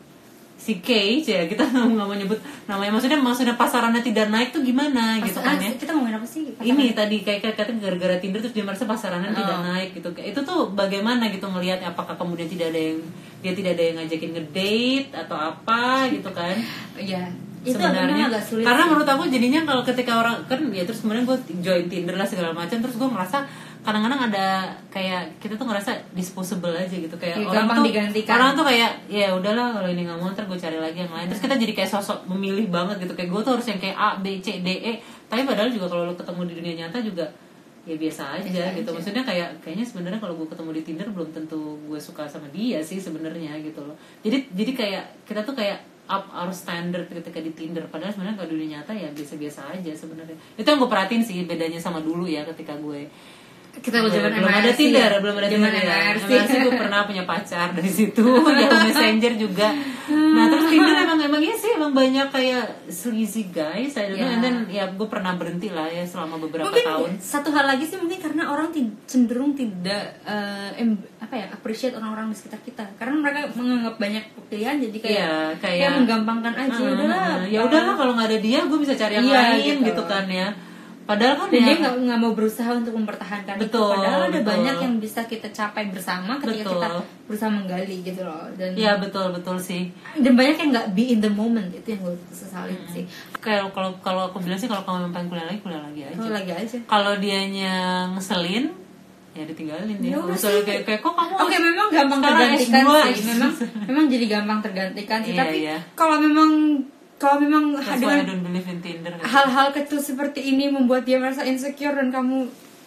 si K ya, kita nggak mau nyebut namanya, maksudnya maksudnya pasarannya tidak naik tuh gimana gitu kan ya. Kita ngomongin apa sih? Pasaran. Ini tadi kayak katanya gara-gara Tinder terus dia merasa pasarannya oh. tidak naik gitu. Itu tuh bagaimana gitu ngelihat, apakah kemudian tidak ada yang dia tidak ada yang ngajakin ngedate atau apa gitu kan? Iya. Sebenarnya agak sulit karena sih. Menurut aku jadinya kalau ketika orang kan ya terus kemudian gue join Tinder lah segala macam, terus gue merasa kadang-kadang ada kayak kita tuh ngerasa disposable aja gitu, kayak ya, orang tuh digantikan. orang tuh kayak ya udahlah kalau ini nggak mau ntar gue cari lagi yang lain. Terus kita jadi kayak sosok memilih banget gitu, kayak gue tuh harus yang kayak A B C D E, tapi padahal juga kalau lo ketemu di dunia nyata juga ya biasa aja biasa gitu aja. Maksudnya kayak kayaknya sebenarnya kalau gue ketemu di Tinder belum tentu gue suka sama dia sih sebenarnya gitu loh. Jadi jadi kayak kita tuh kayak up our standard ketika di Tinder, padahal sebenarnya kalau di dunia nyata ya biasa-biasa aja sebenarnya. Itu yang gue perhatiin sih bedanya sama dulu ya, ketika gue kita belum, belum belum ada Tinder, ya? belum ada Tinder Tinder M ya. R C. M R C gue pernah punya pacar dari situ, Yahoo Messenger juga. Nah terus Tinder emang emang iya sih, emang banyak kayak sleazy guys, I don't know. Yeah. And then ya gue pernah berhenti lah ya selama beberapa mungkin tahun. Satu hal lagi sih mungkin karena orang t- cenderung tidak uh, em, apa ya appreciate orang-orang di sekitar kita, karena mereka menganggap banyak pilihan, jadi kayak yeah, kayak, kayak menggampangkan aja. Uh, udahlah, ya udahlah kalau nggak ada dia gue bisa cari yang iya, lain gitu. gitu kan ya. Padahal kan dan ya, dia nggak nggak mau berusaha untuk mempertahankan betul, itu. Padahal ada betul. banyak yang bisa kita capai bersama ketika betul. kita berusaha menggali gitu loh. Dan ya betul betul sih. Dan banyak yang nggak be in the moment, itu yang gue sesalin hmm. sih. Kalau kalau kalau aku bilang sih kalau kamu pengen kuliah lagi kuliah lagi aja. Kuliah lagi aja. Kalau dianya ngeselin ya ditinggalin dia. Soalnya kayak kayak kok kamu oke okay, memang gampang tergantikan sih. Memang memang jadi gampang tergantikan sih. Iya, Tapi iya. kalau memang kalau memang That's dengan why I don't believe in Tinder, gitu. hal-hal kecil seperti ini membuat dia merasa insecure dan kamu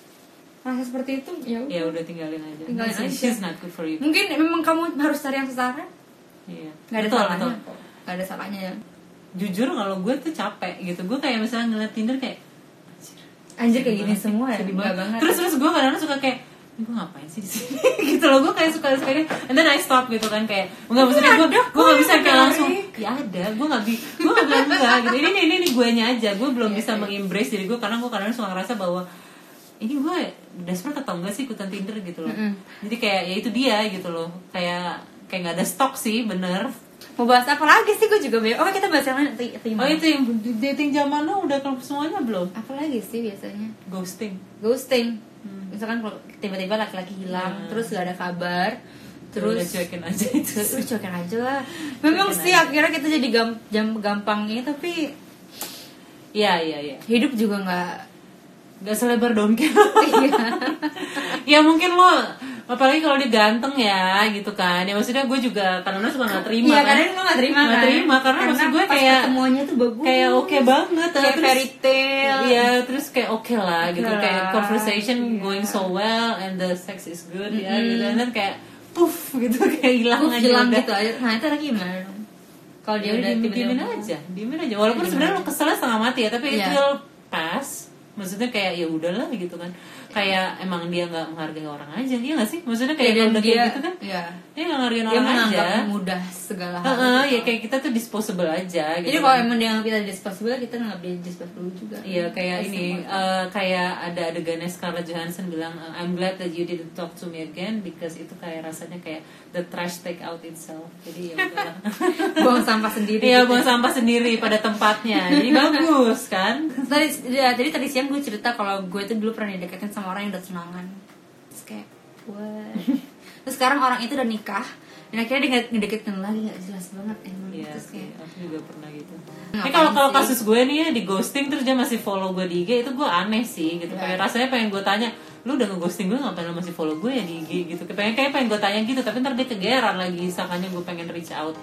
merasa seperti itu, ya ya udah tinggalin aja. Tinggalin aja. She's not good for you. Mungkin memang kamu harus cari yang setara. Iya. Gak ada betul, salahnya betul. kok. Gak ada salahnya ya. Jujur kalau gue tuh capek gitu. Gue kayak misalnya ngeliat Tinder kayak anjir kayak gini semua ya. Enggak banget. Terus terus gue kadang-kadang suka kayak gue ngapain sih di sini gitu loh, gue kayak suka suka and then I stop gitu kan, kayak enggak maksudnya gue gue nggak bisa kayak langsung ya ada, gue nggak bi gue nggak bilang enggak gitu, ini ini ini gue nya aja, gue belum bisa mengembrace diri gue, karena gue kadang suka ngerasa bahwa ini gue desperate atau enggak sih ikutan Tinder gitu loh. Mm-hmm. Jadi kayak ya itu dia gitu loh, kayak kayak nggak ada stok sih, bener. Mau bahas apa lagi sih, gue juga bingung. Oke kita bahas yang lain. Oh itu yang dating zaman lo udah keluar semuanya belum? Apa lagi sih biasanya? Ghosting. Ghosting. Hmm. Misalkan kalau tiba-tiba laki-laki hilang, hmm. terus gak ada kabar, terus udah cuekin aja itu. Terus cuekin aja lah. Memang cuekin sih aja. Akhirnya kita jadi gam, jam gampangnya, tapi iya iya iya. Hidup juga nggak nggak selebar daun kelor. Ya mungkin lo apalagi kalau dia ganteng ya gitu kan, ya maksudnya gue juga kadang-kadang suka nggak terima. Iya kan? kadang gue nggak terima nggak kan? terima karena, karena maksud gue kayak ketemuannya tuh bagus, kayak oke okay banget, kayak terus, fairy tale. Iya terus kayak oke okay lah gitu, okay kayak lah. conversation yeah. going so well and the sex is good mm-hmm. ya gitu, dan kayak puff gitu kayak hilang aja hilang udah. gitu aja. Nah itu lagi gimana dong? Kalau dia ya, udah diem, diemin aja, diemin aja. Walaupun sebenarnya lo keselnya setengah mati ya, tapi yeah. it will pass. Maksudnya kayak ya udahlah gitu kan, kayak emang dia nggak menghargai orang aja, iya nggak sih? Maksudnya kayak ya, udah dia, kayak gitu kan, ya. dia nggak menghargai dia orang aja. Dia menganggap mudah segala hal. Uh-uh, ya kayak kita tuh disposable aja. Gitu. Jadi kalau emang dia nganggap kita disposable, kita nganggap dia disposable juga. Iya kayak That's ini, uh, kayak ada adegannya Scarlett Johansson bilang, I'm glad that you didn't talk to me again because itu kayak rasanya kayak the trash take out itself. Jadi ya udah. Buang sampah sendiri. Iya buang sampah sendiri pada tempatnya. Jadi bagus kan? Tadi ya, jadi tadi siang gue cerita kalau gue tuh dulu pernah dideketin sama orang yang udah tunangan. Terus kayak what? Terus sekarang orang itu udah nikah dan akhirnya dia ngedeketin lagi, nggak jelas banget emang. Iya, terus kayak aku juga pernah gitu. Tapi kalau kalau kasus gue nih ya di ghosting terus dia masih follow gue di I G, itu gue aneh sih gitu. Ya. Kayak rasanya pengen gue tanya, lu udah nge-ghosting gue ngapain lu masih follow gue ya di I G gitu. Pengen kayak pengen gue tanya gitu, tapi ntar dia kegeran lagi, sakanya gue pengen reach out.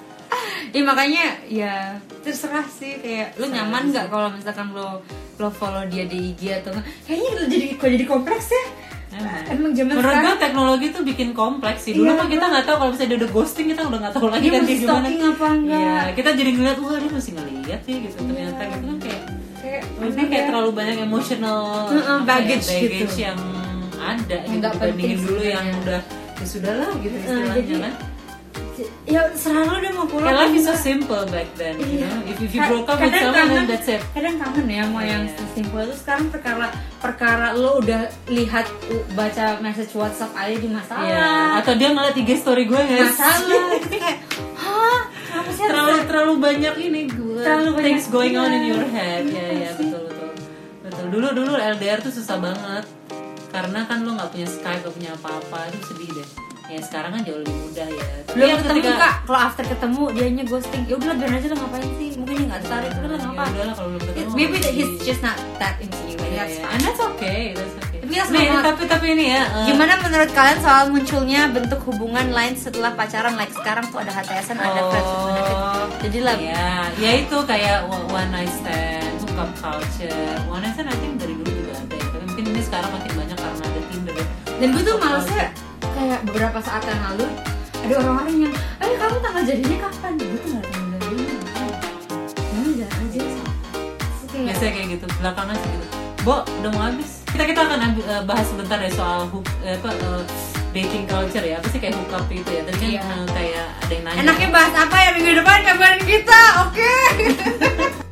Ya makanya ya terserah sih, kayak lu nyaman nggak kalau misalkan lo lo follow dia di I G atau enggak. Kayaknya lo jadi kok jadi kompleks ya. Emang, Emang zaman menurut sekarang gue teknologi tuh bikin kompleks sih. Dulu iya, mah kita nggak tahu kalau misalnya dia udah ghosting, kita udah nggak tahu lagi dia kan masih kayak gimana. stalking apa enggak. Iya, kita jadi ngeliat, wah dia masih ngeliat ya gitu. Ternyata Iya. gitu kan kayak kayak ini kayak terlalu banyak emotional Uh-uh, apa baggage ya, baggage gitu. yang ada Yang gitu nggak dibandingin penting dulu yang sebenarnya. udah ya sudahlah gitu Nah, istilahnya jadi, kan. ya serah lu deh mau pulang. Kayak life is so enggak. simple back then, you Iya. know. If, if you Ka- broke up with kadang someone, then kangen- that's it. Kadang kangen ya mau yang Iya. sesimpel itu. Sekarang perkara perkara lo udah lihat uh, baca message WhatsApp aja di masalah. Iya. Atau dia ngeliat I G story gue nggak sih? Masalah. Itu kayak, hah? Kenapa sih harus terlalu terlalu banyak ini gue Terlalu banyak, things going on iya. in your head. Ya Iya ya sih. betul betul betul. Dulu dulu L D R tuh susah banget karena kan lo nggak punya Skype, nggak punya apa-apa, itu sedih deh. Ya sekarang kan jauh lebih mudah ya. Tapi belum ya ketemu ketika- kak, kalau after ketemu dianya ghosting, ya udah biarin aja lo ngapain sih, mungkin dia nggak tertarik, udah lah Ya ngapa. udahlah kalau belum ketemu. Maybe that he's jadi- just not that into you, and Iya, that's iya. fine. And that's okay, that's okay. Tapi kita Nih, semangat. tapi tapi ini ya. eh, Gimana menurut kalian soal munculnya bentuk hubungan lain setelah pacaran? Like sekarang tuh ada H T S-an, ada friends with benefit. Jadi lah, ya, ya itu kayak one night stand, hookup culture. One night stand I think dari dulu juga ada ya. Tapi mungkin ini sekarang makin banyak karena ada Tinder ya. dan gue tuh malesnya kayak beberapa saat yang lalu ada orang-orang yang, eh kamu tanggal jadinya kapan? Gue tuh nggak tanggal jadinya. Kamu jalan aja sih. Terus kayak, Biasanya kayak gitu, belakangan sih gitu. Bo, udah mau habis. Kita kita akan ambil- eh, bahas sebentar ya soal hook, eh, apa eh, dating culture ya. Apa sih kayak hookup itu ya? Tadi kan Iya. eh, kayak ada yang nanya. enaknya bahas apa ya minggu depan, kabarin kita, oke?